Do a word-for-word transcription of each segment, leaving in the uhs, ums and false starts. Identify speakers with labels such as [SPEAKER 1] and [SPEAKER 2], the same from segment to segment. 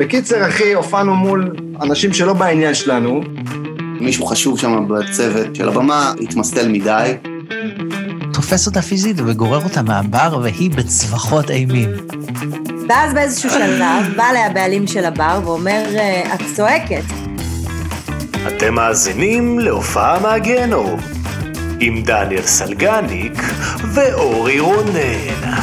[SPEAKER 1] בקיצר, אחי, הופענו מול אנשים שלא בעניין שלנו.
[SPEAKER 2] מישהו חשוב שם בצוות של הבמה, התמסטל מדי.
[SPEAKER 3] תופס אותה פיזית וגורר אותה מהבר, והיא בצווחות אימים.
[SPEAKER 4] ואז באיזשהו שלב, בא לה הבעלים של הבר ואומר, את צועקת.
[SPEAKER 5] אתם מאזינים להופעה מהגיהנום, עם דניאל סלגניק ואורי רונן.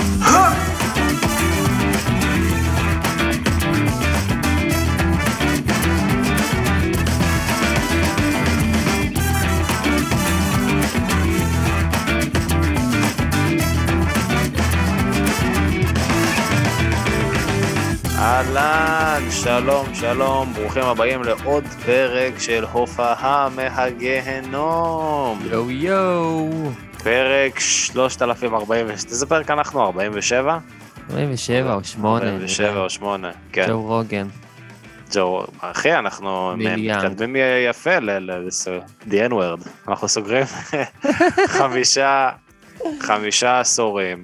[SPEAKER 5] אהלן, שלום, שלום, ברוכים הבאים לעוד פרק של הופעה מהגיהנום.
[SPEAKER 3] יו יו.
[SPEAKER 5] פרק שלושת אלפים ארבעים ושבע, איזה פרק אנחנו? ארבעים ושבע?
[SPEAKER 3] ארבעים ושבע או שמונה.
[SPEAKER 5] ארבעים ושבע או שמונה, כן.
[SPEAKER 3] ג'ו רוגן.
[SPEAKER 5] ג'ו, אחי, אנחנו מתקדמים יפה ל-The N-word. אנחנו סוגרים חמישה, חמישה עשורים.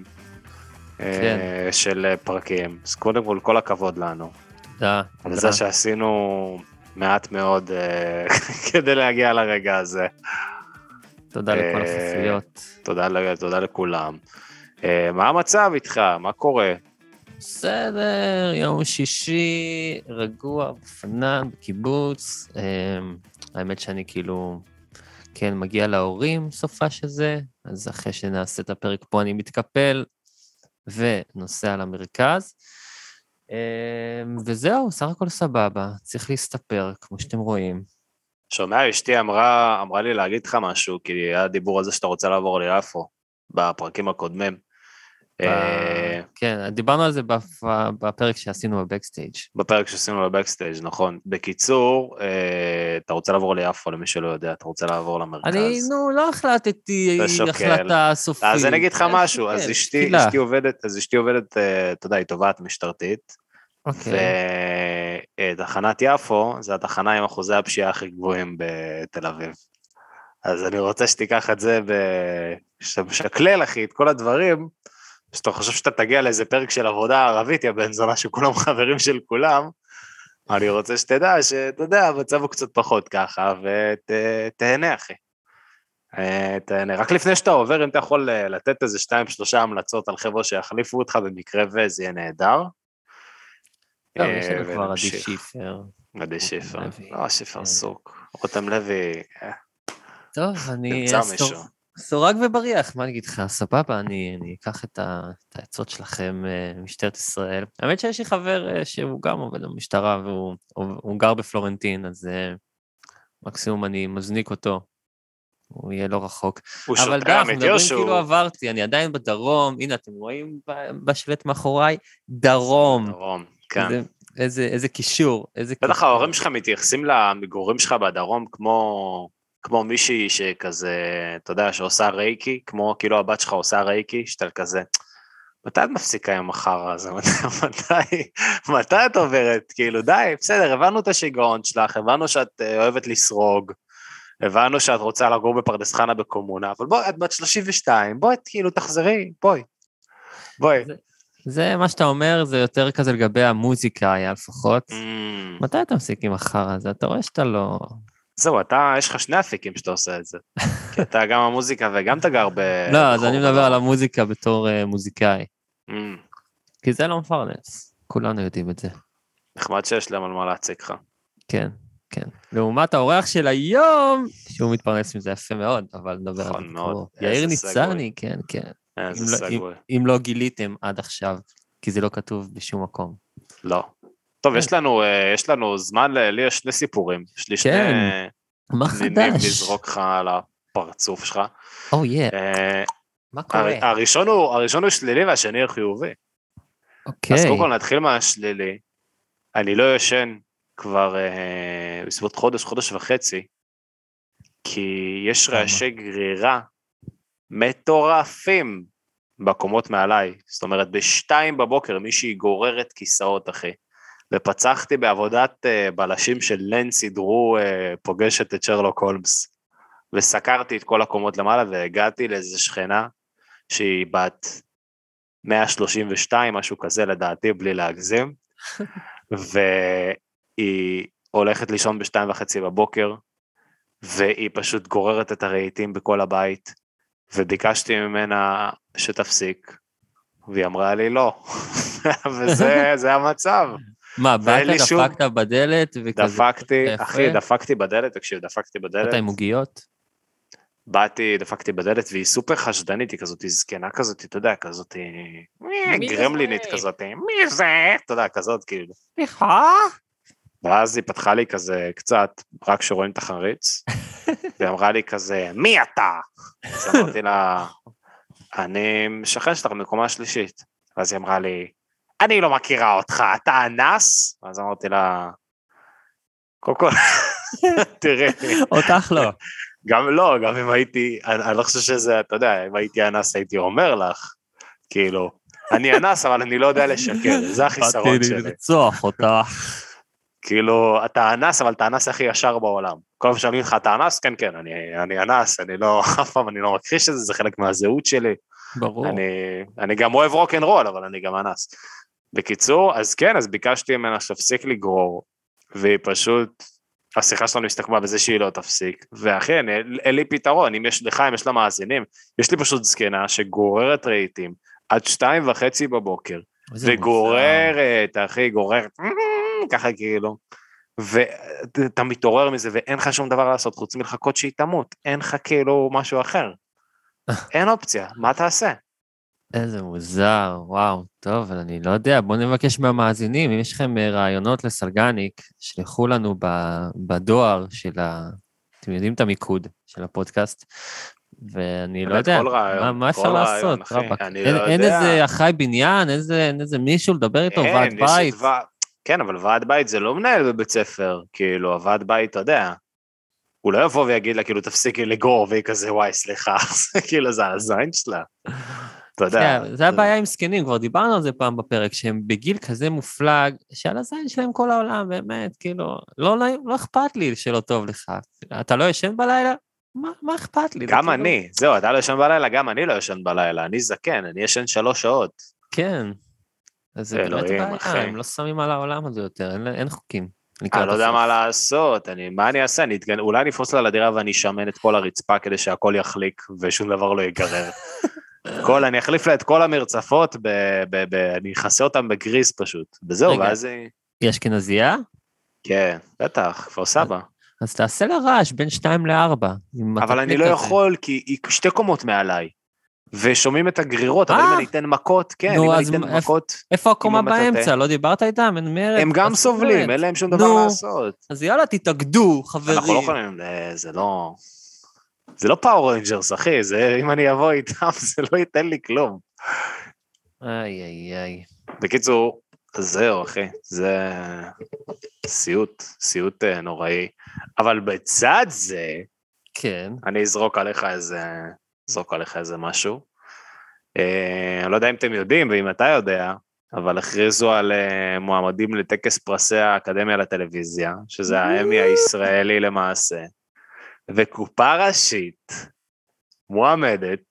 [SPEAKER 5] של פרקים, אז קודם כל כל הכבוד לנו,
[SPEAKER 3] תודה,
[SPEAKER 5] על זה שעשינו מעט מאוד כדי להגיע לרגע הזה.
[SPEAKER 3] תודה לכל הפופיות.
[SPEAKER 5] תודה לכולם. מה המצב איתך? מה קורה?
[SPEAKER 3] בסדר, יום שישי, רגוע, בפנן, בקיבוץ. האמת שאני כאילו, כן, מגיע להורים סופה שזה, אז אחרי שנעשה את הפרק פה אני מתקפל, ונוסע למרכז, וזהו, סך הכל סבבה, צריך להסתפר, כמו שאתם רואים.
[SPEAKER 5] שומע, אשתי אמרה, אמרה לי להגיד לך משהו, כי היה דיבור על זה שאתה רוצה לעבור ליפו, בפרקים הקודמים.
[SPEAKER 3] כן, דיברנו על זה בפרק שעשינו בבקסטייג'.
[SPEAKER 5] בפרק שעשינו בבקסטייג', נכון. בקיצור, אתה רוצה לעבור ליפו, למי שלא יודע, אתה רוצה לעבור למרכז.
[SPEAKER 3] אני, נו, לא החלטתי החלטה סופית.
[SPEAKER 5] אז אני אגיד לך משהו, אז אשתי עובדת, אז אשתי עובדת, אתה יודע, היא תובעת משטרתית, ותחנת יפו, זה התחנה עם אחוזי הפשיעה הכי גבוהים בתל אביב. אז אני רוצה שתיקח את זה, שאתה משקלל, אחי, את כל הדברים, שאתה חושב שאתה תגיע לאיזה פרק של עבודה ערבית, יא בן זונה שכולם חברים של כולם, אני רוצה שתדע שאתה יודע, המצב הוא קצת פחות ככה, ותהנה אחי. תהנה. רק לפני שאתה עובר, אם אתה יכול לתת איזה שתיים, שלושה המלצות על חבר'ה שיחליפו אותך במקרה וזה יהיה נהדר.
[SPEAKER 3] טוב, יש לנו כבר עדי שיפר.
[SPEAKER 5] עדי שיפר. לא, שיפר סוק. רותם לוי.
[SPEAKER 3] טוב, אני... סורג ובריח, מה אני אגיד לך? סבבה, אני, אני אקח את, ה, את העצות שלכם, משטרת ישראל. האמת שיש לי חבר שהוא גם עובד במשטרה, והוא הוא גר בפלורנטין, אז מקסימום אני מזניק אותו, הוא יהיה לא רחוק. אבל די, אנחנו מדברים שהוא... כאילו עברתי, אני עדיין בדרום, הנה אתם רואים בשלט מאחוריי, דרום.
[SPEAKER 5] דרום, כן.
[SPEAKER 3] איזה, איזה, איזה קישור, איזה קישור.
[SPEAKER 5] בטח ההורים שלך מתייחסים למגורים שלך בדרום כמו... כמו מישהי שכזה, אתה יודע, שעושה רייקי, כמו כאילו הבת שלך עושה רייקי, שאתה כזה, מתי את מפסיקה עם החרא הזה? מתי, מתי את עוברת? כאילו, די, בסדר, הבנו את השיגעון שלך, הבנו שאת אוהבת לסרוג, הבנו שאת רוצה לגור בפרדס חנה בקומונה, אבל בואי, את בת שלושים ושתיים, בואי, כאילו, תחזרי, בואי, בואי.
[SPEAKER 3] זה, זה מה שאתה אומר, זה יותר כזה לגבי המוזיקה, היה לפחות. Mm. מתי אתה מפסיק עם החרא הזה? אתה רואה שאתה לא...
[SPEAKER 5] זהו, אתה, יש לך שני אפיקים שאתה עושה את זה. כי אתה גם המוזיקה וגם אתה גר ב...
[SPEAKER 3] לא, אז אני מדבר על המוזיקה בתור מוזיקאי. כי זה לא מפרנס. כולנו יודעים את זה.
[SPEAKER 5] נחמד שיש להם על מה להציג לך.
[SPEAKER 3] כן, כן. לעומת האורח של היום, שהוא מתפרנס מזה יפה מאוד, אבל נדבר על זה פה. יאיר ניצני, כן, כן. אם לא גיליתם עד עכשיו, כי זה לא כתוב בשום מקום.
[SPEAKER 5] לא. טוב, יש לנו, יש לנו זמן, לי יש שני סיפורים, יש לי שני נינים לזרוק לך על הפרצוף שלך.
[SPEAKER 3] או, יא. מה קורה?
[SPEAKER 5] הראשון הוא, הראשון הוא שלילי והשני הוא חיובי.
[SPEAKER 3] אוקיי.
[SPEAKER 5] אז קודם כל נתחיל מהשלילי, אני לא ישן כבר בסביבות חודש, חודש וחצי, כי יש רעשי גרירה מטורפים בקומות מעליי, זאת אומרת, בשתיים בבוקר מישהי גוררת כיסאות, אחי. ופצחתי בעבודת בלשים של לנסי דרו פוגשת את שרלוק הולמס, וסקרתי את כל הקומות למעלה, והגעתי לאיזו שכנה, שהיא בת מאה שלושים ושתיים, משהו כזה לדעתי, בלי להגזים, והיא הולכת לישון בשתיים וחצי בבוקר, והיא פשוט גוררת את הרהיטים בכל הבית, וביקשתי ממנה שתפסיק, והיא אמרה לי לא, וזה המצב.
[SPEAKER 3] מה, באת, דפקת בדלת?
[SPEAKER 5] דפקתי, אחי, דפקתי בדלת, תקשיב, דפקתי בדלת.
[SPEAKER 3] אתה עם עוגיות?
[SPEAKER 5] באתי, דפקתי בדלת, והיא סופר חשדנית, היא כזאת, היא זקנה כזאת, אתה יודע, כזאת, גרמלינית כזאת, מי זה? אתה יודע, כזאת, כאילו. ואז היא פתחה לי כזה קצת, רק שרואים את החריץ, והיא אמרה לי כזה, מי אתה? אז אמרתי לה, אני משכן שלך במקומה השלישית. ואז היא אמרה לי, אני לא מכירה אותך, אתה אנס? אז אמרתי לה, קודם כל, תראה.
[SPEAKER 3] אותך לא.
[SPEAKER 5] גם לא, גם אם הייתי, אני לא חושב שזה, אתה יודע, אם הייתי אנס הייתי אומר לך, כאילו, אני אנס אבל אני לא יודע לשקר, זה החיסרון שלי.
[SPEAKER 3] באתי לרצוח אותך.
[SPEAKER 5] כאילו, אתה אנס, אבל אתה אנס הכי ישר בעולם. כל פעם שאני לך, אתה אנס? כן, כן, אני, אני אנס, אני לא, אף פעם אני לא מכחיש את זה, זה חלק מהזהות שלי.
[SPEAKER 3] ברור.
[SPEAKER 5] אני, אני גם אוהב רוק'נ'רול, אבל אני גם אנס. בקיצור, אז כן, אז ביקשתי ממנה שתפסיק לגרור, והיא פשוט, השיחה שלנו הסתכמה בזה שהיא לא תפסיק, ואכן, אין לי פתרון, אם יש לך, אם יש לה מאזינים, יש לי פשוט זקנה שגוררת רהיטים, עד שתיים וחצי בבוקר, וגוררת, אחי, גוררת, ככה כאילו, ואתה מתעורר מזה, ואין לך שום דבר לעשות, חוץ מלחכות שהיא תמות, אין לך כאילו משהו אחר, אין אופציה, מה תעשה?
[SPEAKER 3] איזה מוזר, וואו, טוב, אבל אני לא יודע, בואו נבקש מהמאזינים, אם יש לכם רעיונות לסלגניק, שלחו לנו בדואר של ה... אתם יודעים את המיקוד של הפודקאסט, ואני לא יודע, מה אפשר לעשות? אין איזה אחראי בניין, אין איזה מישהו לדבר איתו, ועד בית.
[SPEAKER 5] כן, אבל ועד בית זה לא מנהל בבית ספר, כאילו, הוועד בית, אתה יודע, הוא לא יבוא ויגיד לה, כאילו, תפסיקי לגרור, והיא כזה, וואי, סליחה, כאילו, זה הזין שלה. אתה יודע.
[SPEAKER 3] זה הבעיה עם זקנים, כבר דיברנו על זה פעם בפרק, שהם בגיל כזה מופלג, שעל הזין שלהם כל העולם, באמת, כאילו, לא אכפת לי שלא טוב לך. אתה לא ישן בלילה? מה אכפת לי?
[SPEAKER 5] גם אני, זהו, אתה לא ישן בלילה, גם אני לא ישן בלילה, אני זקן, אני ישן שלוש שעות.
[SPEAKER 3] כן. אז זה באמת בעיה, הם לא שמים על העולם הזה יותר, אין חוקים.
[SPEAKER 5] אני לא יודע מה לעשות, מה אני אעשה? אולי אני אפוס לה לדירה ואני אשמן את כל הרצפה כדי שהכל יחליק ושום דבר לא ייגרר. כל, אני אחליף לה את כל המרצפות, אני אחסה אותם בגריס פשוט, וזהו, ואז...
[SPEAKER 3] היא אשכנזייה?
[SPEAKER 5] כן, בטח, כפר סבא.
[SPEAKER 3] אז תעשה לה רעש בין שתיים לארבע.
[SPEAKER 5] אבל אני לא יכול, כי היא שתי קומות מעליי, ושומעים את הגרירות, אבל אם אני אתן מכות, כן, אם אני אתן מכות...
[SPEAKER 3] איפה הקומה באמצע? לא דיברת איתם?
[SPEAKER 5] הם גם סובלים, אין להם שום דבר לעשות.
[SPEAKER 3] אז יאללה, תתאגדו, חברים.
[SPEAKER 5] אנחנו לא יכולים, זה לא... זה לא פאור רנג'רס, אחי, זה, אם אני אבוא איתם, זה לא ייתן לי כלום.
[SPEAKER 3] איי, איי, איי.
[SPEAKER 5] בקיצור, זהו, אחי, זה סיוט, סיוט נוראי. אבל בצד זה,
[SPEAKER 3] כן.
[SPEAKER 5] אני אזרוק עליך איזה, אזרוק עליך איזה משהו. אה, אני לא יודע אם אתם יודעים, ואם אתה יודע, אבל הכריזו על מועמדים לטקס פרסי האקדמיה לטלוויזיה, שזה האמי הישראלי למעשה. וקופה ראשית מועמדת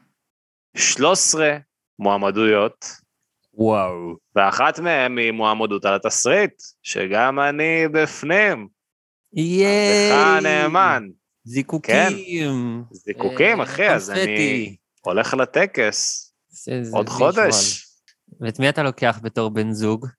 [SPEAKER 5] שלוש עשרה מועמדויות,
[SPEAKER 3] וואו,
[SPEAKER 5] ואחת מהן היא מועמדות על התסריט, שגם אני בפנים.
[SPEAKER 3] ייי.
[SPEAKER 5] לך נאמן.
[SPEAKER 3] זיקוקים.
[SPEAKER 5] כן, זיקוקים, אחי, אז אני הולך לטקס עוד חודש.
[SPEAKER 3] ואת מי אתה לוקח בתור בן זוג?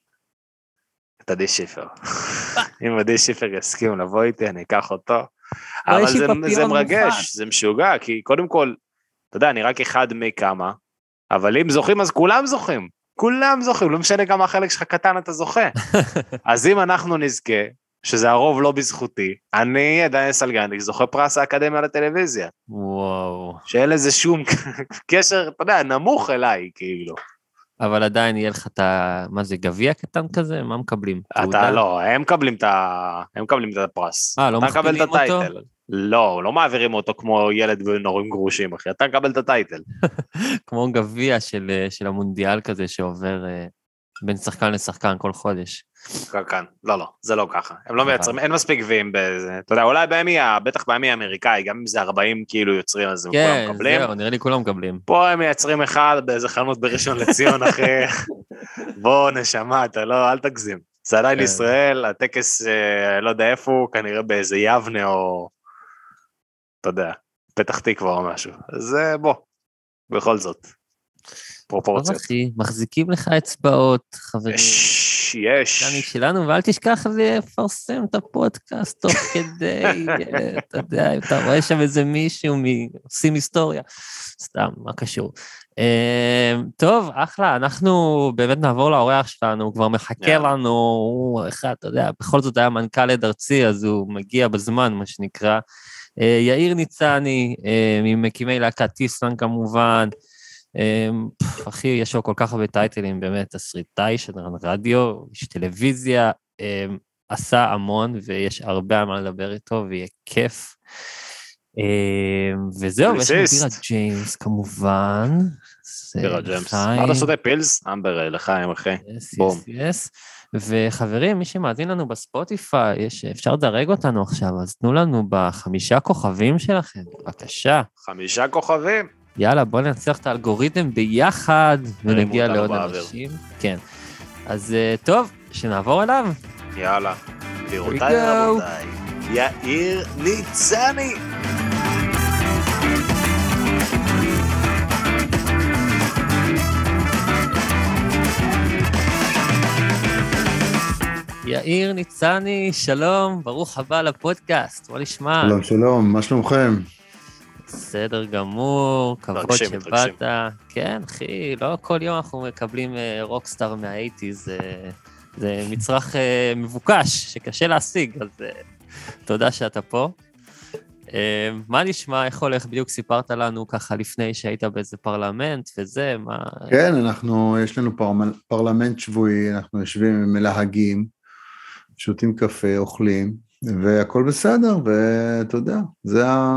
[SPEAKER 5] את עדי שיפר. אם עדי שיפר יסכים לבוא איתי, אני אקח אותו. אבל זה, זה מרגש, זה משוגע, כי קודם כל, אתה יודע, אני רק אחד מכמה, אבל אם זוכים, אז כולם זוכים, כולם זוכים, לא משנה כמה החלק שלך קטן אתה זוכה. אז אם אנחנו נזכה, שזה הרוב לא בזכותי, אני עדיין סלגניק, זוכה פרס האקדמיה לטלוויזיה.
[SPEAKER 3] וואו.
[SPEAKER 5] שאין לזה שום קשר, אתה יודע, נמוך אליי, כאילו.
[SPEAKER 3] אבל עדיין יהיה לך את ה... מה זה, גביע קטן כזה? מה מקבלים?
[SPEAKER 5] אתה לא, הם מקבלים את ה... הם מקבלים את הפרס.
[SPEAKER 3] אה, לא מכפילים אותו?
[SPEAKER 5] לא, לא מעבירים אותו כמו ילד ונורים גרושים, אחי, אתה מקבל את הטייטל.
[SPEAKER 3] כמו גביע של, של המונדיאל כזה שעובר בין שחקן לשחקן כל חודש.
[SPEAKER 5] כאן, לא, לא, זה לא ככה. הם לא מייצרים, אין מספיק גביעים בזה. אתה יודע, אולי בימי, בטח בימי האמריקאי, גם אם זה ארבעים כאילו יוצרים, אז הם כולם מקבלים.
[SPEAKER 3] כן, זהו, נראה לי כולם מקבלים.
[SPEAKER 5] פה הם מייצרים אחד באיזה חנות בראשון לציון, אחי. בוא נשמה, אתה לא, אל תגזים. זה עדיין ישראל, הטקס, לא יודע איפה הוא, כנראה באיזה יבנה או, אתה יודע, פתח תקווה או משהו. אז בוא, בכל זאת, פרופורציות.
[SPEAKER 3] אחי, מחזיקים לך אצבעות, חברים.
[SPEAKER 5] יש, יש.
[SPEAKER 3] אני שלנו, ואל תשכח לפרסם את הפודקאסט תוך כדי, אתה יודע, אתה רואה שם איזה מישהו עושים היסטוריה. סתם, מה קשור. טוב, אחלה, אנחנו באמת נעבור לאורח שלנו, הוא כבר מחכה לנו, הוא אחד, אתה יודע, בכל זאת היה מנכ"ל עד ארצי, אז הוא מגיע בזמן, מה שנקרא. יאיר ניצני, ממקימי להקת טיסלאן כמובן, אחי, יש לו כל כך הרבה טייטלים, באמת, תסריטאי, שדרן רדיו, יש טלוויזיה, עשה המון, ויש הרבה מה לדבר איתו, ויהיה כיף. וזהו, יש לנו בירה ג'יימס, כמובן.
[SPEAKER 5] בירה ג'יימס. מה אתה שותה פילס? אמבר, לחיים, אחי. בום.
[SPEAKER 3] וחברים, מי שמאזין לנו בספוטיפיי, אפשר לדרג אותנו עכשיו, אז תנו לנו בחמישה כוכבים שלכם, בבקשה.
[SPEAKER 5] חמישה כוכבים?
[SPEAKER 3] יאללה, בואו נצליח את האלגוריתם ביחד, ונגיע לעוד אנשים. כן. אז טוב, שנעבור אליו.
[SPEAKER 5] יאללה. גבירותיי ורבותיי, יאיר ניצני.
[SPEAKER 3] יאיר ניצני, שלום, ברוך הבא לפודקאסט, בוא נשמע.
[SPEAKER 6] שלום, שלום, מה שלומכם?
[SPEAKER 3] בסדר גמור, כבוד שבאת. כן, אחי, לא כל יום אנחנו מקבלים רוקסטאר מה-שמונים, זה, זה מצרך מבוקש, שקשה להשיג, אז תודה שאתה פה. מה נשמע, איך הולך? בדיוק סיפרת לנו ככה לפני שהיית באיזה פרלמנט וזה, מה...
[SPEAKER 6] כן, אנחנו, יש לנו פרמנ... פרלמנט שבועי, אנחנו יושבים עם מלהגים, שותים קפה, אוכלים, והכל בסדר, ואתה יודע, זה ה...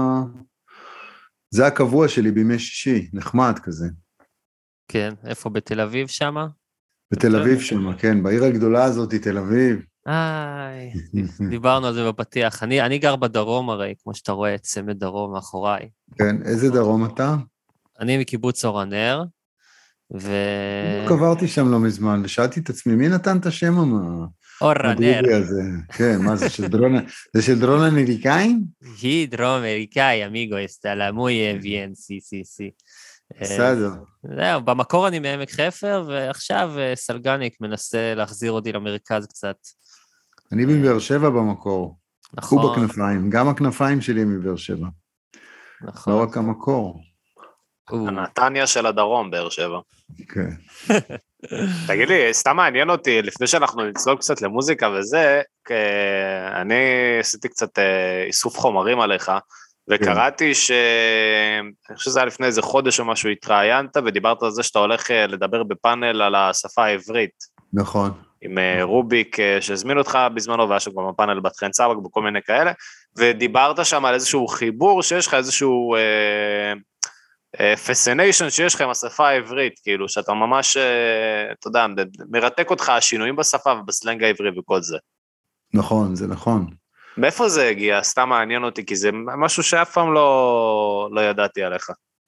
[SPEAKER 6] זה הקבוע שלי בימי שישי, נחמד כזה.
[SPEAKER 3] כן, איפה? בתל אביב שמה?
[SPEAKER 6] בתל אביב שמה, כן, בעיר הגדולה הזאת היא תל אביב.
[SPEAKER 3] איי, דיברנו על זה בפתיח. אני, אני גר בדרום הרי, כמו שאתה רואה, צמד דרום מאחוריי.
[SPEAKER 6] כן, איזה דרום אתה?
[SPEAKER 3] אני מקיבוץ אור הנר, ו...
[SPEAKER 6] קברתי שם לא מזמן, ושאלתי את עצמי, מי נתן את השם המדרובי הזה? כן, מה זה, של דרון, זה של דרון אמריקאים?
[SPEAKER 3] היא דרום אמריקאי, אמיגו, אסטלה, מוי bien, סי, סי, סי.
[SPEAKER 6] בסדר.
[SPEAKER 3] זהו, במקור אני מעמק חפר, ועכשיו סלגניק מנסה להחזיר אותי למרכז קצת.
[SPEAKER 6] אני מבאר שבע במקור.
[SPEAKER 3] נכון.
[SPEAKER 6] הוא בכנפיים, גם הכנפיים שלי מבאר שבע.
[SPEAKER 3] נכון.
[SPEAKER 6] לא רק המקור.
[SPEAKER 5] הנתניה של הדרום, באר שבע.
[SPEAKER 6] כן.
[SPEAKER 5] תגיד לי, סתם מעניין אותי, לפני שאנחנו נצלול קצת למוזיקה וזה, אני עשיתי קצת איסוף חומרים עליך, וקראתי ש... אני חושב שזה היה לפני איזה חודש או משהו, התראיינת ודיברת על זה שאתה הולך לדבר בפאנל על השפה העברית.
[SPEAKER 6] נכון.
[SPEAKER 5] עם רוביק שהזמין אותך בזמנו, והיה שם גם הפאנל בת חן סבק וכל מיני כאלה, ודיברת שם על איזשהו חיבור שיש לך איזשהו... פסיניישן שיש לך עם השפה העברית, כאילו, שאתה ממש, אתה יודע, מרתק אותך השינויים בשפה ובסלנג העברי וכל זה.
[SPEAKER 6] נכון, זה נכון.
[SPEAKER 5] מאיפה זה הגיע? סתם מעניין אותי, כי זה משהו שאף פעם לא, לא ידעתי עליך.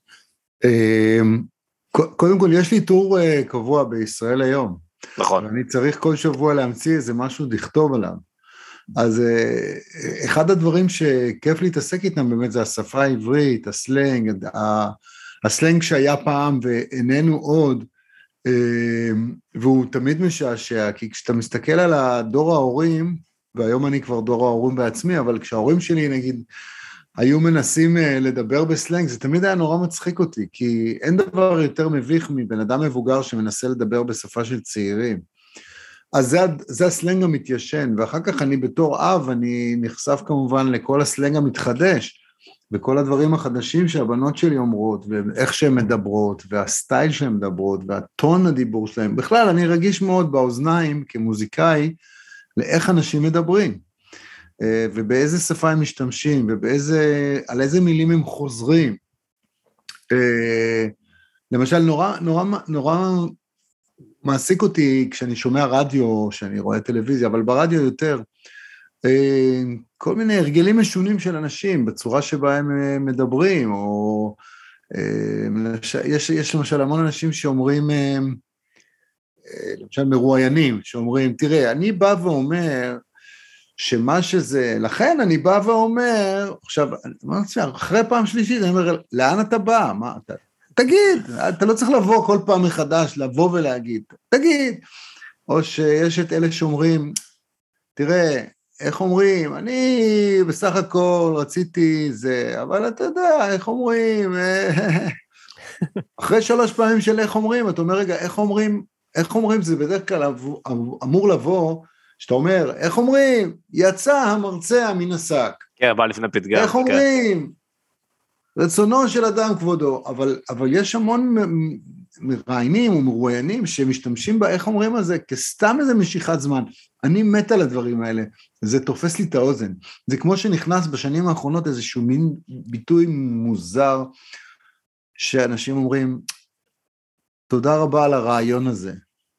[SPEAKER 6] קודם כל, יש לי טור קבוע בישראל היום.
[SPEAKER 5] נכון.
[SPEAKER 6] ואני צריך כל שבוע להמציא איזה משהו לכתוב עליו. אז אחד הדברים שכיף להתעסק איתם באמת זה השפה העברית, הסלנג, הסלנג שהיה פעם ואיננו עוד, והוא תמיד משעשע, כי כשאתה מסתכל על הדור ההורים, והיום אני כבר דור ההורים בעצמי, אבל כשההורים שלי נגיד היו מנסים לדבר בסלנג, זה תמיד היה נורא מצחיק אותי, כי אין דבר יותר מביך מבן אדם מבוגר שמנסה לדבר בשפה של צעירים. אז זה, זה הסלנג המתיישן, ואחר כך אני בתור אב, אני נחשף כמובן לכל הסלנג המתחדש, וכל הדברים החדשים שהבנות שלי אומרות, ואיך שהן מדברות, והסטייל שהן מדברות, והטון הדיבור שלהן. בכלל, אני רגיש מאוד באוזניים כמוזיקאי, לאיך אנשים מדברים, ובאיזה שפה הם משתמשים, ובאיזה, על איזה מילים הם חוזרים. למשל, נורא, נורא, נורא, מעסיק אותי כשאני שומע רדיו, שאני רואה טלוויזיה, אבל ברדיו יותר, כל מיני הרגלים משונים של אנשים, בצורה שבה הם מדברים, או יש, יש למשל המון אנשים שאומרים, למשל מרואיינים, שאומרים, תראה, אני בא ואומר, שמה שזה, לכן אני בא ואומר, עכשיו, אחרי פעם שלישית, אני אומר, לאן אתה בא? מה אתה? תגיד, אתה לא צריך לבוא כל פעם מחדש, לבוא ולהגיד, תגיד. או שיש את אלה שאומרים, תראה, איך אומרים, אני בסך הכל רציתי זה, אבל אתה יודע, איך אומרים, אחרי שלוש פעמים של איך אומרים, אתה אומר, רגע, איך אומרים, איך אומרים, זה בדרך כלל אמור לבוא, שאתה אומר, איך אומרים, יצא המרצע מן השק.
[SPEAKER 5] כן, בא לפני פתגם.
[SPEAKER 6] איך אומרים, רצונו של אדם כבודו, אבל, אבל יש המון מראיינים ומרואיינים שמשתמשים בה, איך אומרים על זה, כסתם איזה משיכת זמן. אני מת על הדברים האלה, זה תופס לי את האוזן. זה כמו שנכנס בשנים האחרונות איזשהו מין ביטוי מוזר, שאנשים אומרים, תודה רבה על הרעיון הזה.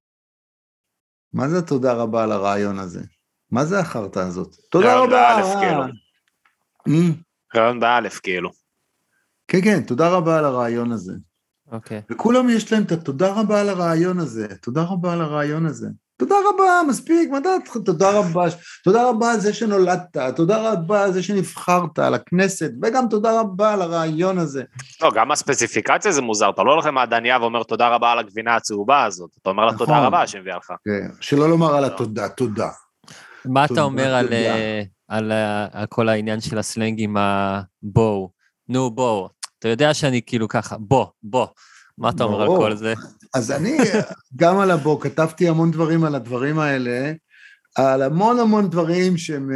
[SPEAKER 6] מה זה תודה רבה על הרעיון הזה? מה זה החרטה הזאת? תודה רבה.
[SPEAKER 5] רעיון באלף, כאילו. רעיון באלף, כאילו.
[SPEAKER 6] כן, כן, תודה רבה על הרעיון הזה.
[SPEAKER 3] אוקיי.
[SPEAKER 6] וכולם יש להם את התודה רבה על הרעיון הזה, תודה רבה על הרעיון הזה. תודה רבה, מספיק, מה דעת? תודה רבה, תודה רבה על זה שנולדת, תודה רבה על זה שנבחרת, על הכנסת, וגם תודה רבה על הרעיון הזה.
[SPEAKER 5] לא, גם הספציפיקציה זה מוזר, אתה לא הולך למעדניה ואומר תודה רבה על הגבינה הצהובה הזאת, אתה אומר לה תודה רבה שהביאה לך.
[SPEAKER 6] כן, שלא לומר על התודה, תודה.
[SPEAKER 3] מה אתה אומר על כל העניין של הסלנג עם הבואו? נו, בואו. אתה יודע שאני כאילו ככה, בוא, בוא. מה אתה אומר על כל זה?
[SPEAKER 6] אז אני, גם על הבוא, כתבתי המון דברים על הדברים האלה, על המון המון דברים שהם,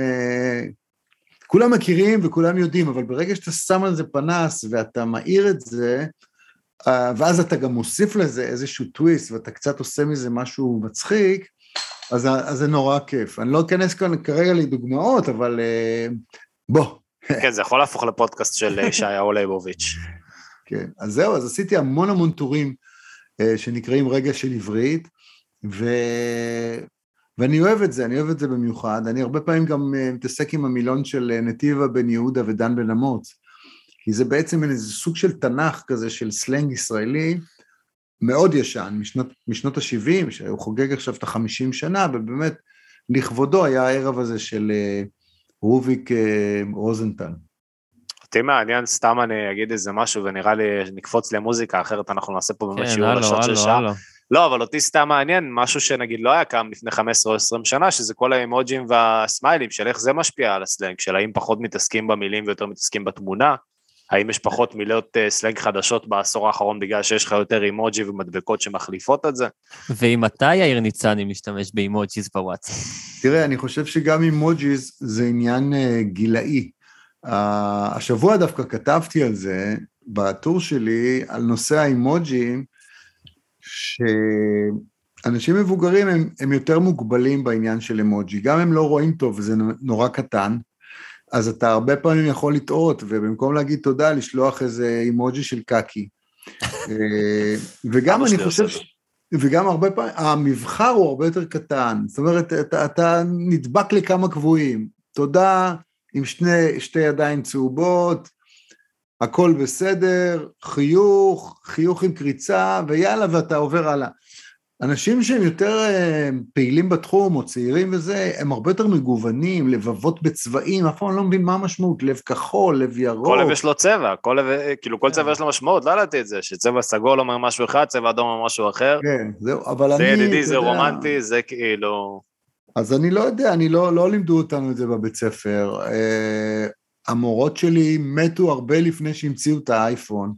[SPEAKER 6] כולם מכירים וכולם יודעים, אבל ברגע שאתה שם על זה פנס, ואתה מאיר את זה, ואז אתה גם מוסיף לזה איזשהו טוויסט, ואתה קצת עושה מזה משהו מצחיק, אז, אז זה נורא כיף. אני לא אכנס כאן כרגע לדוגמאות, אבל בוא.
[SPEAKER 5] כן, זה יכול להפוך לפודקאסט של ישעיהו ליבוביץ'.
[SPEAKER 6] כן, אז זהו, אז עשיתי המון המון טורים שנקראים רגע של עברית, ו... ואני אוהב את זה, אני אוהב את זה במיוחד, אני הרבה פעמים גם מתעסק עם המילון של נתיבה בן יהודה ודן בן אמוץ, כי זה בעצם איזה סוג של תנ"ך כזה של סלנג ישראלי, מאוד ישן, משנות, משנות ה-שבעים, שהוא חוגג עכשיו את ה-חמישים שנה, ובאמת לכבודו היה הערב הזה של רוביק רוזנטל.
[SPEAKER 5] אותי מעניין, סתם אני אגיד איזה משהו, ונראה לי נקפוץ למוזיקה, אחרת אנחנו נעשה פה באמת שיעור לשוט של שעה. לא, אבל אותי סתם מעניין, משהו שנגיד לא היה קם לפני חמש עשרה או עשרים שנה, שזה כל האימוג'ים והסמיילים, של איך זה משפיע על הסלנג, של האם פחות מתעסקים במילים ויותר מתעסקים בתמונה, האם יש פחות מילות סלנג חדשות בעשור האחרון, בגלל שיש לך יותר אימוג'י ומדבקות שמחליפות את זה.
[SPEAKER 3] ואם אתה, יאיר ניצני, משתמש באימוג'יז בוואטסאפ?
[SPEAKER 6] תראה, אני חושב שגם אימוג'יז זה עניין גילאי. השבוע דווקא כתבתי על זה, בטור שלי, על נושא האימוג'ים, שאנשים מבוגרים הם, הם יותר מוגבלים בעניין של אימוג'י, גם הם לא רואים טוב, וזה נורא קטן, אז אתה הרבה פעמים יכול לטעות, ובמקום להגיד תודה, לשלוח איזה אימוג'י של קקי. וגם אני חושב, וגם הרבה פעמים, המבחר הוא הרבה יותר קטן, זאת אומרת, אתה, אתה נדבק לכמה קבועים, תודה, עם שני, שתי ידיים צהובות, הכל בסדר, חיוך, חיוך עם קריצה, ויאללה, ואתה עובר הלאה. אנשים שהם יותר פעילים בתחום, או צעירים וזה, הם הרבה יותר מגוונים, לבבות בצבעים, אף פעם לא מבין מה המשמעות, לב כחול, לב ירוק.
[SPEAKER 5] כל לב יש לו צבע, כל לב, כאילו כל צבע יש לו משמעות, לא ידעתי את זה, שצבע סגול אומר משהו אחד, צבע אדום אומר משהו אחר.
[SPEAKER 6] כן, זהו, אבל
[SPEAKER 5] זה
[SPEAKER 6] אני...
[SPEAKER 5] זה ידידי, זה רומנטי, זה כאילו...
[SPEAKER 6] אז אני לא יודע, אני לא, לא לימדו אותנו את זה בבית ספר. המורות שלי מתו הרבה לפני שהמציאו את האייפון,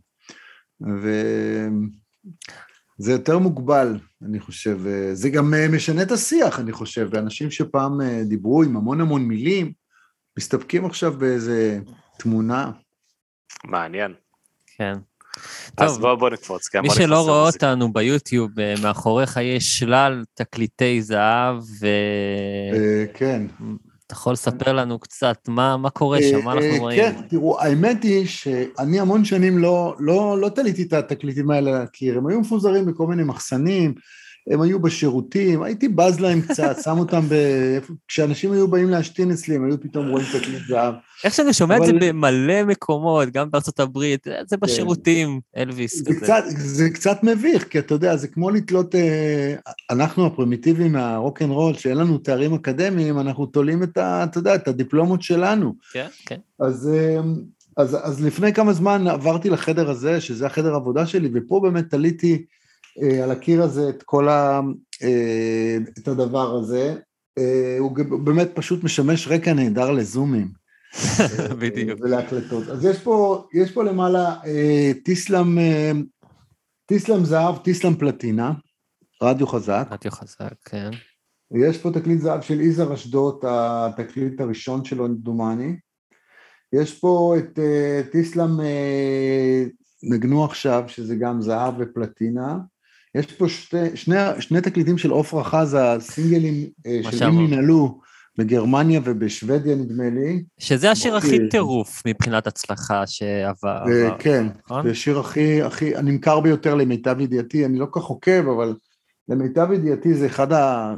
[SPEAKER 6] וזה יותר מוגבל, אני חושב. זה גם משנה את השיח, אני חושב, ואנשים שפעם דיברו עם המון המון מילים, מסתפקים עכשיו באיזה תמונה.
[SPEAKER 5] מעניין.
[SPEAKER 3] כן.
[SPEAKER 5] אז בואו בוא נקפוץ.
[SPEAKER 3] מי שלא רואה אותנו ביוטיוב, מאחוריך יש שלל תקליטי זהב, ו...
[SPEAKER 6] כן.
[SPEAKER 3] אתה יכול לספר לנו קצת מה קורה שם, מה אנחנו רואים?
[SPEAKER 6] כן, תראו, האמת היא שאני המון שנים לא תליתי את התקליטים האלה, כי הם היו מפוזרים בכל מיני מחסנים, הם היו בשירותים, הייתי בז להם קצת, שם אותם ב... כשאנשים היו באים להשתין אצלי, הם היו פתאום רואים תקליט זהב.
[SPEAKER 3] איך שאני שומע את זה במלא מקומות, גם בארצות הברית, זה בשירותים, אלוויס.
[SPEAKER 6] זה קצת מביך, כי אתה יודע, זה כמו לתלות, אנחנו הפרימיטיביים מהרוק אנד רול, שאין לנו תארים אקדמיים, אנחנו תולים את, אתה יודע, את הדיפלומות שלנו.
[SPEAKER 3] כן, כן.
[SPEAKER 6] אז... אז, אז לפני כמה זמן עברתי לחדר הזה, שזה החדר העבודה שלי, ופה באמת תליתי אה, על הקיר הזה את כל ה, אה, את הדבר הזה, אה, הוא באמת פשוט משמש רקע נהדר לזומים.
[SPEAKER 3] בדיוק.
[SPEAKER 6] ולהקלטות. אז יש פה, יש פה למעלה אה, טיסלם, אה, טיסלם זהב, טיסלם פלטינה, רדיו חזק.
[SPEAKER 3] רדיו חזק, כן.
[SPEAKER 6] יש פה תקליט זהב של יזהר אשדוד, התקליט הראשון שלו, דומני. יש פה את uh, טיסלם uh, נגנו עכשיו, שזה גם זהב ופלטינה. יש פה שתי, שני, שני תקליטים של עופרה חזה, סינגלים uh, של אם ננעלו בגרמניה ובשוודיה נדמה לי.
[SPEAKER 3] שזה השיר הכי טירוף מבחינת הצלחה שעבר.
[SPEAKER 6] Uh, כן, זה השיר הכי, הכי, הנמכר ביותר למיטב ידיעתי, אני לא כך עוקב, אבל למיטב ידיעתי זה אחד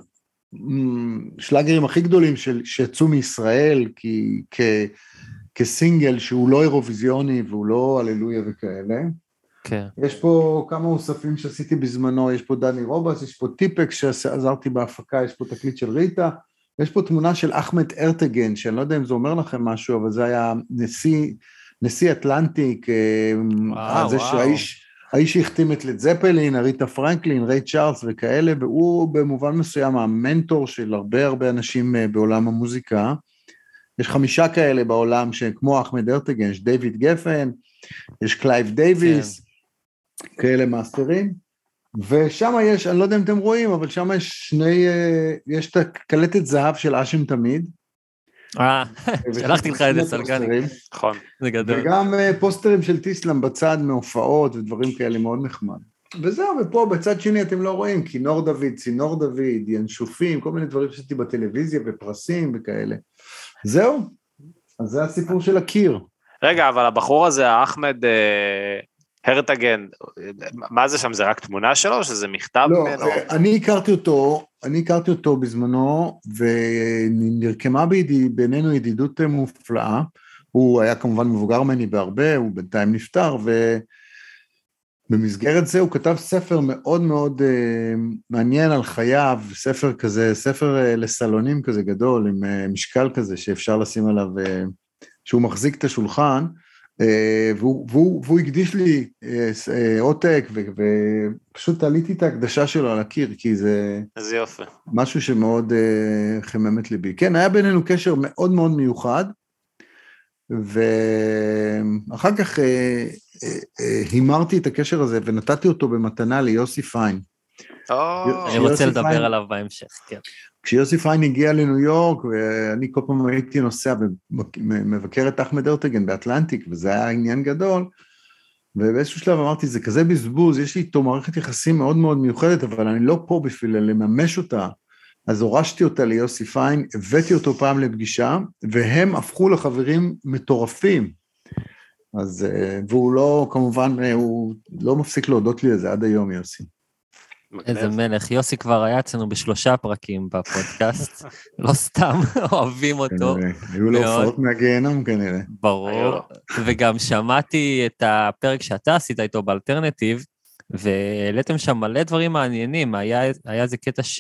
[SPEAKER 6] השלאגרים הכי גדולים של, שיצאו מישראל, כי כ... כסינגל שהוא לא אירוויזיוני והוא לא הללויה וכאלה.
[SPEAKER 3] כן.
[SPEAKER 6] יש פה כמה מוספים שעשיתי בזמנו, יש פה דני רובס, יש פה טיפק שעזרתי בהפקה, יש פה תקליט של ריטה, יש פה תמונה של אחמד ארטגן, שאני לא יודע אם זה אומר לכם משהו, אבל זה היה נשיא, נשיא אטלנטיק, וואו, זה שהאיש, האיש שהחתים את לד זפלין, אריתה פרנקלין, ריי צ'ארלס וכאלה, והוא במובן מסוים המנטור של הרבה הרבה אנשים בעולם המוזיקה, יש חמישה כאלה בעולם שכמו אחמד ארטגן, יש דיוויד גפן, יש קלייב דייביס, כן. כאלה מאסטרים, ושם יש, אני לא יודע אם אתם רואים, אבל שם יש שני, יש את הקלטת זהב של אשם תמיד.
[SPEAKER 3] אה, שלחתי לך את זה סלגני. נכון, זה גדול.
[SPEAKER 6] וגם פוסטרים של טיסלם בצד מהופעות ודברים כאלה מאוד נחמד. וזהו, ופה בצד שני אתם לא רואים, כינור דוד, צינור דוד, ינשופים, כל מיני דברים שעשיתי בטלוויזיה ופרסים וכאלה. זהו, אז זה הסיפור של הקיר.
[SPEAKER 5] רגע, אבל הבחור הזה, האחמד אה, הרטגן, מה זה שם, זה רק תמונה שלו, שזה מכתב
[SPEAKER 6] לא,
[SPEAKER 5] ממנו?
[SPEAKER 6] אני הכרתי אותו, אני הכרתי אותו בזמנו, ונרקמה בידי, בינינו ידידות מופלאה, הוא היה כמובן מבוגר ממני בהרבה, הוא בינתיים נפטר, ו... במסגרת זה הוא כתב ספר מאוד מאוד uh, מעניין על חייו, ספר כזה, ספר uh, לסלונים כזה גדול, עם uh, משקל כזה שאפשר לשים עליו, uh, שהוא מחזיק את השולחן, uh, והוא, והוא, והוא הקדיש לי uh, uh, עותק, ופשוט תעליתי את ההקדשה שלו על הקיר, כי זה...
[SPEAKER 5] זה יופי.
[SPEAKER 6] משהו שמאוד uh, חמם את ליבי. כן, היה בינינו קשר מאוד מאוד מיוחד, ואחר כך הימרתי את הקשר הזה ונתתי אותו במתנה ליוסי פיין.
[SPEAKER 3] אני רוצה לדבר עליו בהמשך, כן.
[SPEAKER 6] כשיוסי פיין הגיע לניו יורק, ואני כל פעם הייתי נוסע ומבקר את אחמד ארטגן באטלנטיק, וזה היה עניין גדול, ובאיזשהו שלב אמרתי, זה כזה בזבוז, יש לי איתו מערכת יחסים מאוד מאוד מיוחדת, אבל אני לא פה בשביל לממש אותה, אז הורשתי אותה ליוסי פיין, הבאתי אותו פעם לפגישה, והם הפכו לחברים מטורפים. אז, והוא לא, כמובן, הוא לא מפסיק להודות לי לזה עד היום, יוסי.
[SPEAKER 3] איזה מלך, יוסי כבר היה אצלנו בשלושה פרקים בפודקאסט, לא סתם, אוהבים אותו.
[SPEAKER 6] היו לו הופעות מהגיהנום כנראה.
[SPEAKER 3] ברור, וגם שמעתי את הפרק שאתה עשית איתו באלטרנטיב, והעליתם שם מלא דברים מעניינים, היה איזה קטע ש...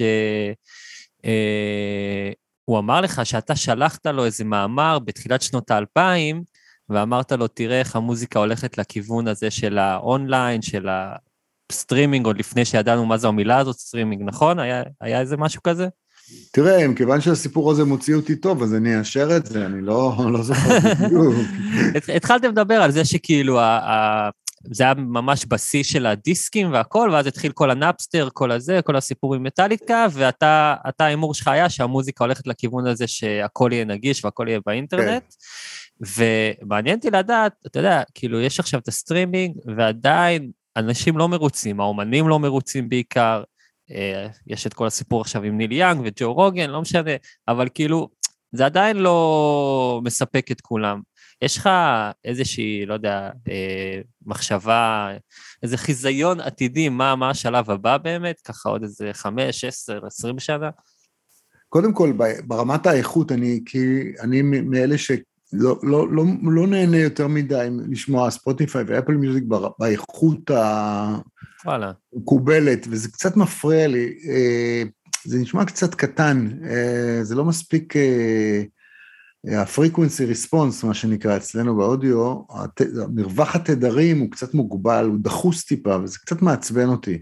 [SPEAKER 3] הוא אמר לך שאתה שלחת לו איזה מאמר בתחילת שנות האלפיים, ואמרת לו, תראה איך המוזיקה הולכת לכיוון הזה של האונליין, של הסטרימינג, עוד לפני שידענו מה זו המילה הזאת, סטרימינג, נכון? היה, היה איזה משהו כזה?
[SPEAKER 6] תראה, כיוון שהסיפור הזה מוציא אותי טוב, אז אני אאשר את זה, אני לא, לא זוכר בדיוק.
[SPEAKER 3] התחלתם לדבר על זה שכאילו, זה היה ממש בשיא של הדיסקים והכל, ואז התחיל כל הנאפסטר, כל הזה, כל הסיפור עם מטאליקה, ואתה, אתה האמור שלך היה שהמוזיקה הולכת לכיוון הזה שהכל יהיה נגיש והכל יהיה באינטרנט, ומעניין אותי לדעת, אתה יודע, כאילו יש עכשיו את הסטרימינג, ועדיין אנשים לא מרוצים, האומנים לא מרוצים בעיקר, יש את כל הסיפור עכשיו עם ניל יאנג וג'ו רוגן, לא משנה, אבל כאילו, זה עדיין לא מספק את כולם. יש לך איזושהי, לא יודע, מחשבה, איזה חיזיון עתידי, מה, מה השלב הבא באמת? ככה עוד איזה חמש, עשר, עשרים שנה?
[SPEAKER 6] קודם כל, ברמת האיכות, אני, כי אני מאלה שלא לא, לא, לא נהנה יותר מדי לשמוע ספוטיפיי ואפל מיוזיק באיכות המקובלת, וזה קצת מפריע לי. זה נשמע קצת קטן, זה לא מספיק, ה-frequency response, מה שנקרא אצלנו באודיו, מרווח התדרים הוא קצת מוגבל, הוא דחוס טיפה, וזה קצת מעצבן אותי.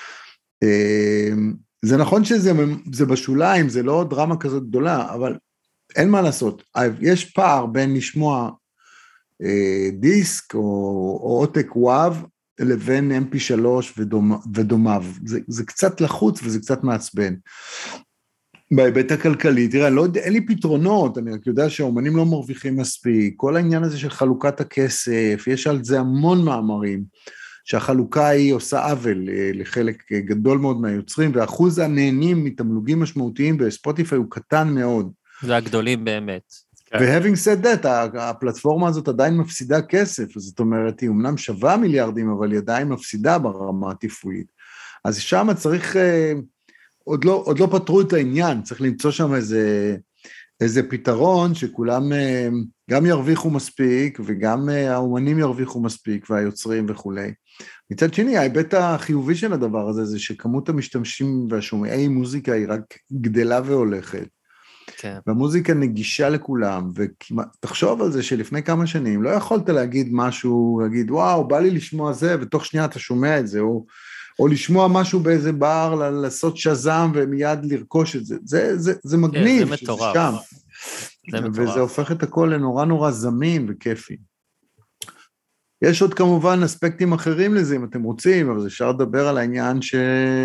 [SPEAKER 6] זה נכון שזה בשוליים, זה לא דרמה כזאת גדולה, אבל אין מה לעשות. יש פער בין לשמוע דיסק או עותק וואו, לבין אם פי שלוש ודומיו. זה, זה קצת לחוץ וזה קצת מעצבן. בהיבט הכלכלי, תראה, לא, אין לי פתרונות, אני רק יודע שהאומנים לא מרוויחים מספיק, כל העניין הזה של חלוקת הכסף, יש על זה המון מאמרים, שהחלוקה היא עושה עוול לחלק גדול מאוד מהיוצרים, ואחוז הנהנים מתמלוגים משמעותיים בספוטיפיי הוא קטן מאוד.
[SPEAKER 3] זה הגדולים באמת.
[SPEAKER 6] ו-having said that, הפלטפורמה הזאת עדיין מפסידה כסף, זאת אומרת, היא אמנם שווה מיליארדים, אבל היא עדיין מפסידה ברמה התפעולית. אז שם צריך, עוד לא, עוד לא פתרו את העניין, צריך למצוא שם איזה, איזה פתרון שכולם גם ירוויחו מספיק, וגם האומנים ירוויחו מספיק, והיוצרים וכולי. מצד שני, ההיבט החיובי של הדבר הזה, זה שכמות המשתמשים והשומעי מוזיקה היא רק גדלה והולכת.
[SPEAKER 3] כן.
[SPEAKER 6] והמוזיקה נגישה לכולם, ותחשוב על זה שלפני כמה שנים, לא יכולת להגיד משהו, להגיד, וואו, בא לי לשמוע זה, ותוך שנייה אתה שומע את זה, או, או לשמוע משהו באיזה בר, לעשות שזם, ומיד לרכוש את זה. זה, זה, זה מגניב,
[SPEAKER 3] כן, זה מטורף.
[SPEAKER 6] שם.
[SPEAKER 3] זה מטורף.
[SPEAKER 6] וזה הופך את הכל לנורא נורא זמין וכיפי. יש עוד כמובן אספקטים אחרים לזה, אם אתם רוצים, אבל אפשר לדבר על העניין ש...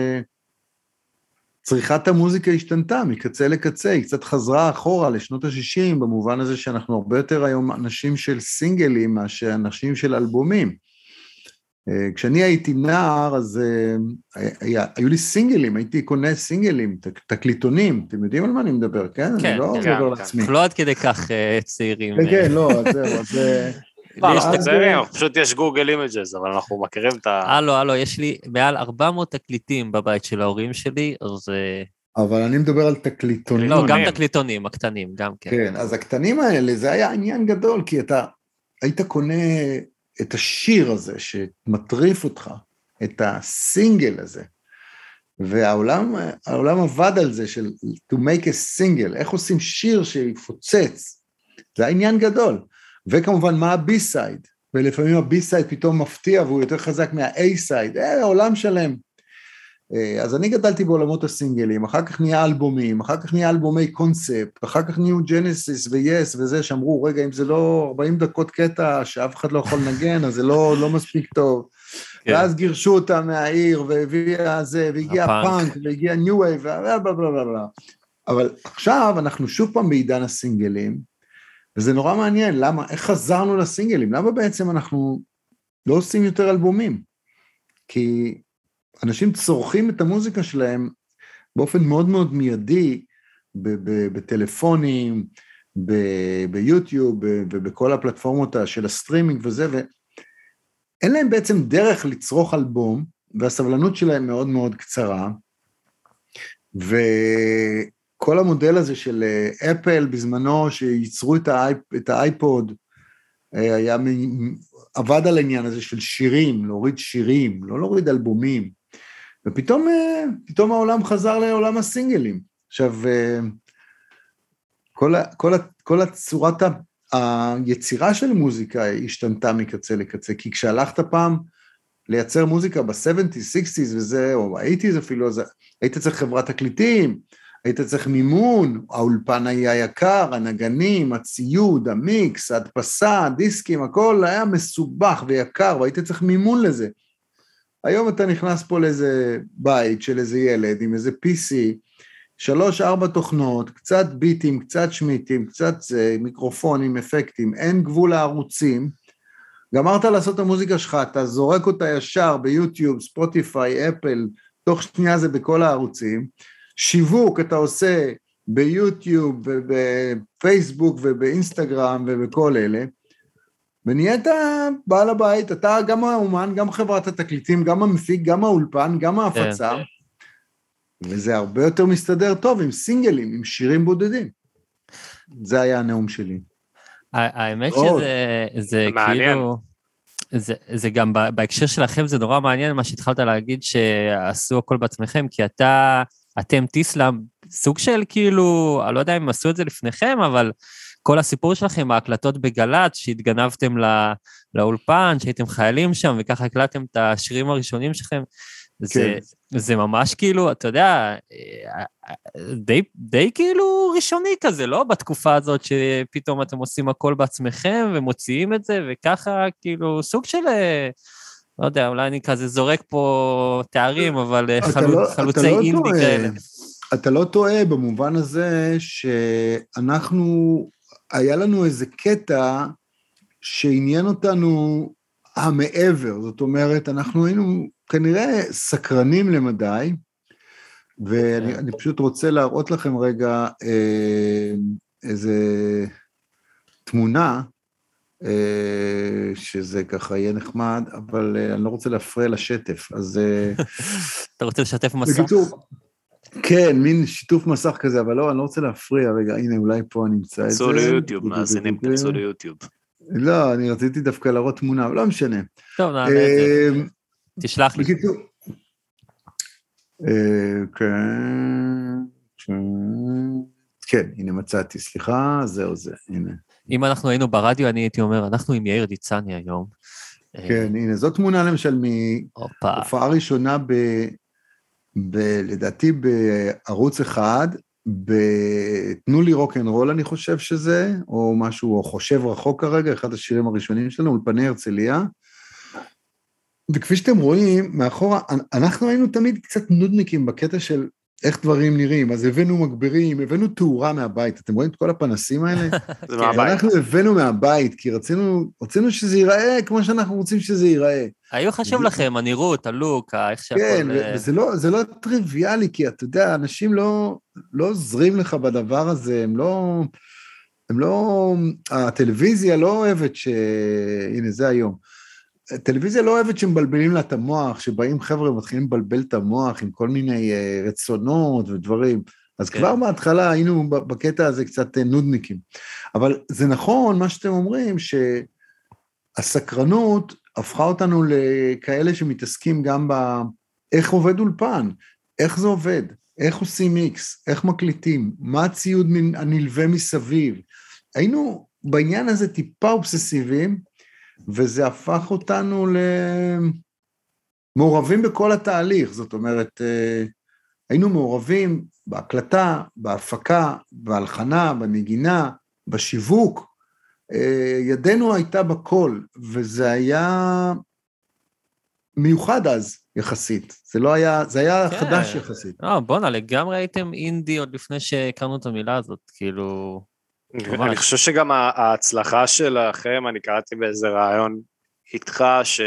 [SPEAKER 6] צריכת המוזיקה השתנתה מקצה לקצה, היא קצת חזרה אחורה לשנות ה-שישים, במובן הזה שאנחנו הרבה יותר היום אנשים של סינגלים, מאשר אנשים של אלבומים. כשאני הייתי נער, אז היה, היו לי סינגלים, הייתי קונה סינגלים, תקליטונים, אתם יודעים על מה אני מדבר, כן?
[SPEAKER 3] כן,
[SPEAKER 6] אני לא
[SPEAKER 3] כן,
[SPEAKER 6] מדבר
[SPEAKER 3] כן.
[SPEAKER 6] לעצמי.
[SPEAKER 3] לא עד כדי כך צעירים.
[SPEAKER 6] כן, כן, לא, אז זהו, אז...
[SPEAKER 5] לא, אנחנו צעירים, פשוט יש גוגל אימג'ז, אבל אנחנו מכירים את ה...
[SPEAKER 3] הלו, הלו, יש לי מעל ארבע מאות תקליטים בבית של ההורים שלי, אז...
[SPEAKER 6] אבל אני מדבר על תקליטונים.
[SPEAKER 3] לא, גם תקליטונים, הקטנים, גם כן.
[SPEAKER 6] כן, אז הקטנים האלה, זה היה עניין גדול, כי אתה היית קונה את השיר הזה, שמטריף אותך, את הסינגל הזה, והעולם העולם עבד על זה, של to make a single, איך עושים שיר שיפוצץ, זה העניין גדול. וכמובן, מה ה-B-side? ולפעמים ה-B-side פתאום מפתיע, והוא יותר חזק מה-A-side, אה, עולם שלם. אז אני גדלתי בעולמות הסינגלים, אחר כך נהיה אלבומים, אחר כך נהיה אלבומי קונספט, אחר כך נהיו ג'נסיס ו-Yes וזה, שאמרו, רגע, אם זה לא ארבעים דקות קטע, שאף אחד לא יכול לנגן, אז זה לא, לא מספיק טוב. כן. ואז גירשו אותה מהעיר, והביאה זה, והגיע הפאנק, והגיע ניו וייב, ובלבלבלבלה. אבל עכשיו אנחנו שוב פעם בעידן הסינגלים, וזה נורא מעניין, למה, איך חזרנו לסינגלים? למה בעצם אנחנו לא עושים יותר אלבומים? כי אנשים צורכים את המוזיקה שלהם באופן מאוד מאוד מיידי, בטלפונים, ביוטיוב, ובכל הפלטפורמות של הסטרימינג וזה, ואין להם בעצם דרך לצרוך אלבום, והסבלנות שלהם מאוד מאוד קצרה, ו... כל המודל הזה של אפל בזמנו, שייצרו את, האייפ, את האייפוד, היה, עבד על העניין הזה של שירים, להוריד שירים, לא להוריד אלבומים, ופתאום פתאום העולם חזר לעולם הסינגלים. עכשיו, כל, כל, כל הצורת היצירה של מוזיקה השתנתה מקצה לקצה, כי כשהלכת פעם לייצר מוזיקה ב-שבעים, שישים וזה, או ב-שמונים אפילו, אז היית צריך חברת תקליטים, היית צריך מימון, האולפן היה יקר, הנגנים, הציוד, המיקס, ההדפסה, הדיסקים, הכל היה מסובך ויקר, והיית צריך מימון לזה. היום אתה נכנס פה לאיזה בית של איזה ילד, עם איזה פי סי, שלוש, ארבע תוכנות, קצת ביטים, קצת שמיטים, קצת זה, מיקרופונים, אפקטים, אין גבול הערוצים, גמרת לעשות את המוזיקה שלך, אתה זורק אותה ישר ביוטיוב, ספוטיפיי, אפל, תוך שנייה זה בכל הערוצים, שיווק אתה עושה ביוטיוב ובפייסבוק ובאינסטגרם ובכל אלה, ונהיית בעל הבית, אתה גם האומן, גם חברת התקליטים, גם המפיק, גם האולפן, גם ההפצה, וזה הרבה יותר מסתדר טוב עם סינגלים, עם שירים בודדים. זה היה הנאום שלי.
[SPEAKER 3] האמת שזה כאילו, זה גם בהקשר שלכם, זה נורא מעניין מה שהתחלת להגיד שעשו הכל בעצמכם, כי אתה, אתם טיסלאם, סוג של כאילו, אני לא יודע אם עשו את זה לפניכם, אבל כל הסיפור שלכם, ההקלטות בגל"צ, שהתגנבתם לאולפן, שהייתם חיילים שם, וככה הקלטתם את השירים הראשונים שלכם, זה, זה ממש כאילו, אתה יודע, די, די כאילו ראשוני כזה, לא? בתקופה הזאת שפתאום אתם עושים הכל בעצמכם, ומוציאים את זה, וככה כאילו סוג של, לא יודע, אולי אני כזה זורק פה תארים, אבל חלוצ, לא, חלוצי לא אינדי טועה. כאלה.
[SPEAKER 6] אתה לא טועה במובן הזה שאנחנו, היה לנו איזה קטע שעניין אותנו המעבר, זאת אומרת, אנחנו היינו כנראה סקרנים למדי, ואני אני פשוט רוצה להראות לכם רגע אה, איזה תמונה, אה, שזה ככה יהיה נחמד, אבל אה, אני לא רוצה להפריע לשטף, אז... אה,
[SPEAKER 3] אתה רוצה לשתף מסך?
[SPEAKER 6] בקיצור, כן, מין שיתוף מסך כזה, אבל לא, אני לא רוצה להפריע, רגע, הנה, אולי פה אני אמצא את זה.
[SPEAKER 5] תצאו ליוטיוב, מאזינים, תצאו ליוטיוב.
[SPEAKER 6] לא, אני רציתי דווקא להראות תמונה, אבל לא משנה.
[SPEAKER 3] טוב, נעלה את זה. תשלח לי.
[SPEAKER 6] בקיצור. כן, הנה מצאתי, סליחה, זהו זה, הנה.
[SPEAKER 3] אם אנחנו היינו ברדיו, אני הייתי אומר, אנחנו עם יאיר דיצני היום.
[SPEAKER 6] כן, הנה, זו תמונה למשל מהופעה ראשונה ב... ב- לדעתי בערוץ אחד, בתנו לי רוק אנד רול אני חושב שזה, או משהו, או חושב רחוק כרגע, אחד השירים הראשונים שלנו, אולפני הרצליה, וכפי שאתם רואים, מאחורה, אנחנו היינו תמיד קצת נודניקים בקטע של איך דברים נראים, אז הבאנו מגבירים, הבאנו תאורה מהבית, אתם רואים את כל הפנסים האלה?
[SPEAKER 5] זה מהבית.
[SPEAKER 6] אנחנו הבאנו מהבית, כי רצינו, רצינו שזה ייראה כמו שאנחנו רוצים שזה ייראה.
[SPEAKER 3] היו חשוב לכם, הנראות, הלוק, איך שהכל...
[SPEAKER 6] כן, וזה לא, זה לא טריוויאלי, כי אתה יודע, אנשים לא, לא עוזרים לך בדבר הזה, הם לא, הם לא, הטלוויזיה לא אוהבת ש... הנה, זה היום. הטלוויזיה לא אוהבת שמבלבלים לה את המוח, שבאים חבר'ה ומתחילים לבלבל את המוח עם כל מיני רצונות ודברים. אז כן. כבר מההתחלה היינו בקטע הזה קצת נודניקים. אבל זה נכון, מה שאתם אומרים, שהסקרנות הפכה אותנו לכאלה שמתעסקים גם באיך עובד אולפן, איך זה עובד, איך עושים מיקס, איך מקליטים, מה הציוד הנלווה מסביב. היינו בעניין הזה טיפה אובססיביים, וזה הפך אותנו למעורבים בכל התהליך, זאת אומרת, היינו מעורבים בהקלטה, בהפקה, בהלחנה, בנגינה, בשיווק, ידנו הייתה בכל, וזה היה מיוחד אז יחסית, זה לא היה, זה היה כן. חדש יחסית.
[SPEAKER 3] לא, בונה, לגמרי הייתם אינדי עוד לפני שהכרנו את המילה הזאת, כאילו...
[SPEAKER 5] אני חושב שגם ההצלחה שלכם, אני קראתי באיזה רעיון איתך,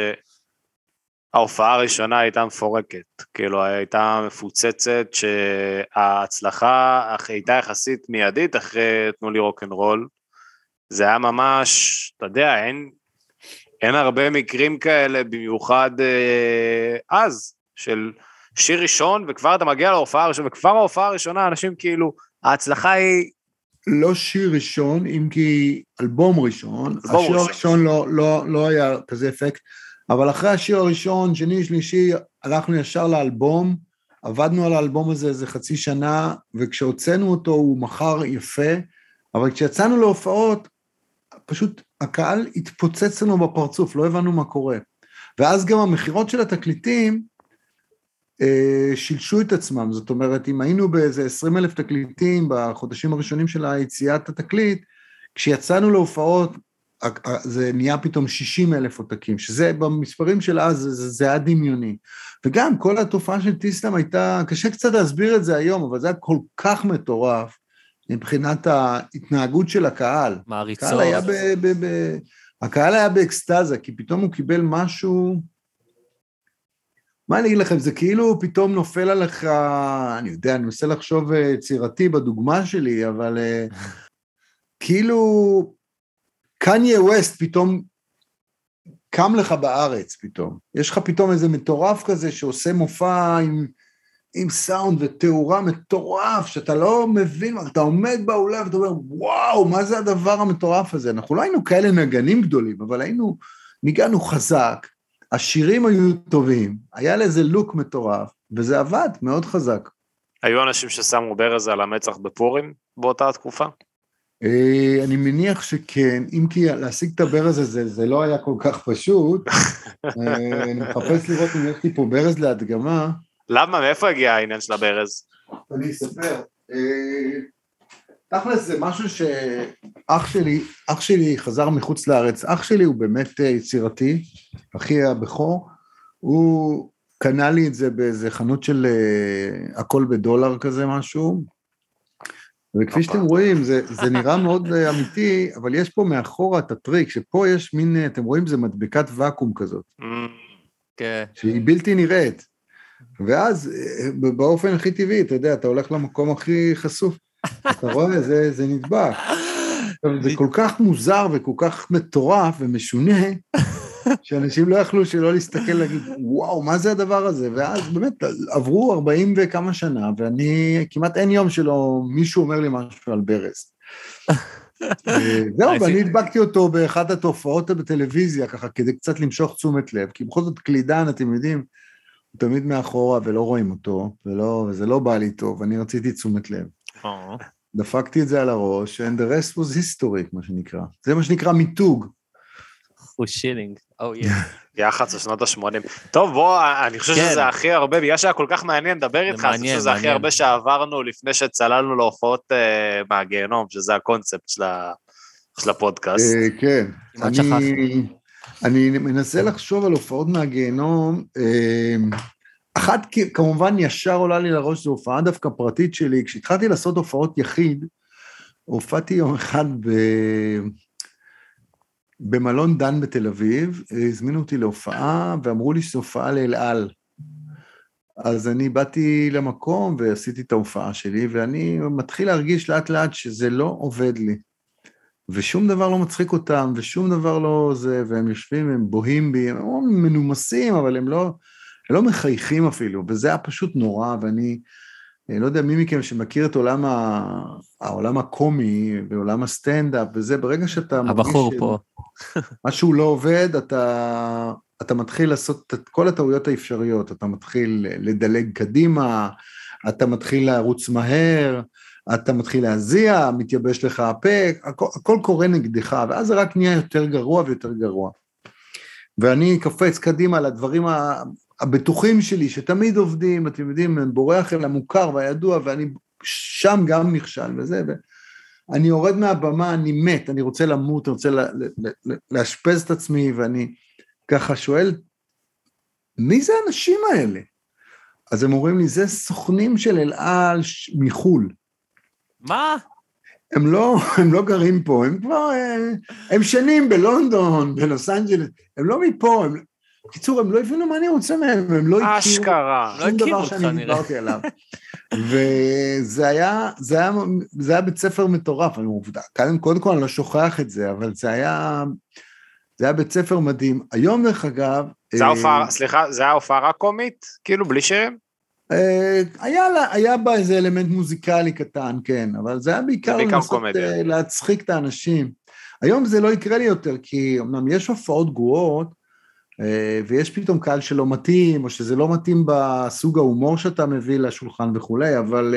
[SPEAKER 5] שההופעה הראשונה הייתה מפורקת, כאילו הייתה מפוצצת, שההצלחה הייתה יחסית מיידית אחרי תנו לי רוק אנד רול, זה היה ממש, אתה יודע, אין, אין הרבה מקרים כאלה, במיוחד אה, אז, של שיר ראשון, וכבר אתה מגיע להופעה הראשונה, וכבר ההופעה הראשונה, אנשים כאילו, ההצלחה היא...
[SPEAKER 6] לא שיר ראשון, אם כי אלבום ראשון, השיר ראשון. הראשון לא, לא, לא היה כזה אפקט, אבל אחרי השיר הראשון, שני, שלישי, הלכנו ישר לאלבום, עבדנו על האלבום הזה איזה חצי שנה, וכשהוצאנו אותו הוא מחר יפה, אבל כשיצאנו להופעות, פשוט הקהל התפוצץ לנו בפרצוף, לא הבנו מה קורה. ואז גם המחירות של התקליטים אה, שילשו את עצמם, זאת אומרת, אם היינו באיזה עשרים אלף תקליטים בחודשים הראשונים של היציאת התקליט, כשיצאנו להופעות, זה נהיה פתאום שישים אלף עותקים, שזה במספרים של אז, זה, זה היה דמיוני. וגם כל התופעה של טיסלאם הייתה, קשה קצת להסביר את זה היום, אבל זה היה כל כך מטורף, מבחינת ההתנהגות של הקהל.
[SPEAKER 3] מעריצות.
[SPEAKER 6] הקהל היה, ב, ב, ב, הקהל היה באקסטאזה, כי פתאום הוא קיבל משהו, מה אני אגיד לכם, זה כאילו פתאום נופל עליך, אני יודע, אני מנסה לחשוב יצירתי בדוגמה שלי, אבל כאילו, קניה ווסט פתאום קם לך בארץ פתאום. יש לך פתאום איזה מטורף כזה שעושה מופע עם, עם סאונד ותאורה מטורף, שאתה לא מבין, אתה עומד באולם ואתה אומר, וואו, מה זה הדבר המטורף הזה? אנחנו לא היינו כאלה נגנים גדולים, אבל היינו, ניגענו חזק, השירים היו טובים, היה לאיזה לוק מטורף, וזה עבד מאוד חזק.
[SPEAKER 5] היו אנשים ששמו ברז על המצח בפורים באותה התקופה?
[SPEAKER 6] אני מניח שכן, אם כי להשיג את הברז הזה, זה לא היה כל כך פשוט. אני מחפש לראות אם יש לי פה ברז להדגמה.
[SPEAKER 5] למה? מאיפה הגיע העניין של הברז?
[SPEAKER 6] אני אספר. תכלס זה משהו שאח שלי, אח שלי חזר מחוץ לארץ, אח שלי הוא באמת יצירתי, אחי הבכור, הוא קנה לי את זה באיזה חנות של הכל בדולר כזה משהו, וכפי שאתם רואים, זה, זה נראה מאוד אמיתי, אבל יש פה מאחורה את הטריק, שפה יש מין, אתם רואים, זה מדבקת ואקום כזאת, שהיא בלתי נראית, ואז באופן הכי טבעי, אתה יודע, אתה הולך למקום הכי חשוף, אתה רואה, זה, זה נדבק. זה כל כך מוזר וכל כך מטורף ומשונה, שאנשים לא יכלו שלא להסתכל להגיד, וואו, מה זה הדבר הזה? ואז באמת עברו ארבעים וכמה שנה, ואני, כמעט אין יום שלא מישהו אומר לי משהו על ברז. זהו, ואני הדבקתי אותו באחת התופעות בטלוויזיה, ככה, כדי קצת למשוך תשומת לב, כי בכל זאת קלידן, אתם יודעים, הוא תמיד מאחורה ולא רואים אותו, ולא, וזה לא בא לי טוב, ואני רציתי תשומת לב. דפקתי את זה על הראש, and the rest was history, מה שנקרא. זה מה שנקרא מיתוג.
[SPEAKER 3] הוא שילינג, או יא.
[SPEAKER 5] יח"צ בשנות ה-שמונים. טוב, בוא, אני חושב שזה הכי הרבה, בגלל שהיה כל כך מעניין לדבר איתך, אני חושב שזה הכי הרבה שעברנו לפני שצללנו להופעות מהגיהנום, שזה הקונספט של הפודקאסט.
[SPEAKER 6] כן, אני מנסה לחשוב על הופעות מהגיהנום, אחת כמובן ישר עולה לי לראש, זו הופעה דווקא פרטית שלי, כשהתחלתי לעשות הופעות יחיד, הופעתי יום אחד ב... במלון דן בתל אביב, הזמינו אותי להופעה, ואמרו לי שזו הופעה לאלעל. אז אני באתי למקום, ועשיתי את ההופעה שלי, ואני מתחיל להרגיש לאט לאט שזה לא עובד לי. ושום דבר לא מצחיק אותם, ושום דבר לא זה, והם יושבים, הם בוהים בי, הם מנומסים, אבל הם לא... הם לא מחייכים אפילו, וזה היה פשוט נורא, ואני לא יודע מי מכם שמכיר את עולם, ה... העולם הקומי, ועולם הסטנדאפ, וזה ברגע שאתה...
[SPEAKER 3] הבחור ש... פה.
[SPEAKER 6] משהו לא עובד, אתה, אתה מתחיל לעשות את כל הטעויות האפשריות, אתה מתחיל לדלג קדימה, אתה מתחיל לרוץ מהר, אתה מתחיל להזיע, מתייבש לך הפה, הכל, הכל קורה נגדך, ואז זה רק נהיה יותר גרוע ויותר גרוע. ואני קפץ קדימה לדברים ה... הבטוחים שלי, שתמיד עובדים, אתם יודעים, הם בורח אל המוכר והידוע, ואני שם גם נכשל וזה, ואני יורד מהבמה, אני מת, אני רוצה למות, אני רוצה לה, לה, לה, להשפז את עצמי, ואני ככה שואל, מי זה האנשים האלה? אז הם אומרים לי, זה סוכנים של אלעל מחול.
[SPEAKER 3] מה?
[SPEAKER 6] הם לא, הם לא גרים פה, הם כבר, הם, הם שנים בלונדון, בלוס אנג'לס, הם לא מפה, הם... בקיצור, הם לא הבינו מה אני רוצה מהם, הם לא הכירו,
[SPEAKER 5] אשכרה,
[SPEAKER 6] שום דבר שאני דיברתי עליו. וזה היה, זה היה, זה היה בית ספר מטורף, אני מובדע, קודם כל אני לא שוכח את זה, אבל זה היה, זה היה בית ספר מדהים. היום דרך אגב...
[SPEAKER 5] זה ההופעה, סליחה, זה ההופעה רק קומית? כאילו בלי שם?
[SPEAKER 6] היה, היה בה איזה אלמנט מוזיקלי קטן, כן, אבל זה היה בעיקר לנסות להצחיק את האנשים. היום זה לא יקרה לי יותר, כי אמנם יש הופעות גרועות, ויש פתאום קהל שלא מתאים, או שזה לא מתאים בסוג ההומור שאתה מביא לשולחן וכולי, אבל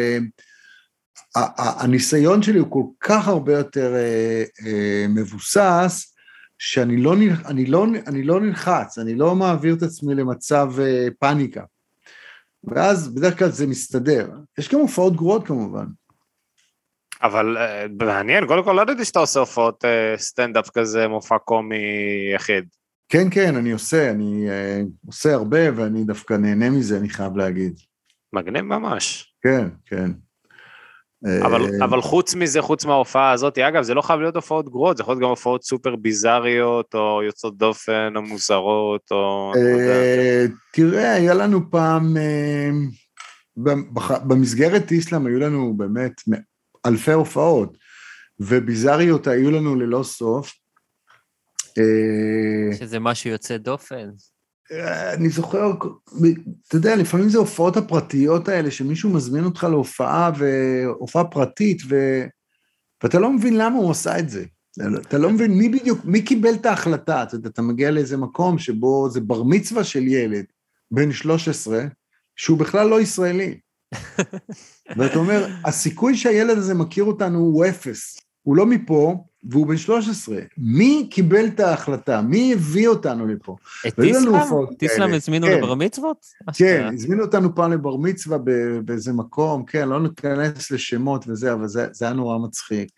[SPEAKER 6] הניסיון שלי הוא כל כך הרבה יותר מבוסס, שאני לא, אני לא, אני לא נלחץ, אני לא מעביר את עצמי למצב פאניקה. ואז בדרך כלל זה מסתדר. יש גם הופעות גרועות כמובן.
[SPEAKER 5] אבל מעניין, קודם כל לא ידעתי שאתה עושה הופעות סטנדאפ כזה, מופע קומי יחיד. כן,
[SPEAKER 6] כן, אני עושה, אני uh, עושה הרבה, ואני דווקא נהנה מזה, אני חייב להגיד.
[SPEAKER 5] מגניב ממש.
[SPEAKER 6] כן, כן.
[SPEAKER 5] אבל, uh, אבל חוץ מזה, חוץ מההופעה הזאת, אגב, זה לא חייב להיות הופעות גרועות, זה יכול להיות גם הופעות סופר ביזריות, או יוצאות דופן, או מוזרות, או... Uh,
[SPEAKER 6] תראה, היה לנו פעם, uh, במסגרת איסלאם, היו לנו באמת אלפי הופעות, וביזריות היו לנו ללא סוף,
[SPEAKER 3] שזה משהו יוצא דופן.
[SPEAKER 6] אני זוכר, אתה יודע, לפעמים זה הופעות הפרטיות האלה, שמישהו מזמין אותך להופעה, והופעה פרטית, ואתה לא מבין למה הוא עושה את זה. אתה לא מבין מי בדיוק, מי קיבל את ההחלטה, אתה יודע, אתה מגיע לאיזה מקום שבו זה בר מצווה של ילד, בן שלוש עשרה, שהוא בכלל לא ישראלי. ואתה אומר, הסיכוי שהילד הזה מכיר אותנו הוא אפס, הוא לא מפה, והוא בן שלוש עשרה. מי קיבל את ההחלטה? מי הביא אותנו לפה?
[SPEAKER 3] את טיסלם? טיסלם הזמינו לבר מצוות?
[SPEAKER 6] כן, הזמינו אותנו פעם לבר מצווה באיזה מקום, כן, לא ניכנס לשמות וזה, אבל זה היה נורא מצחיק.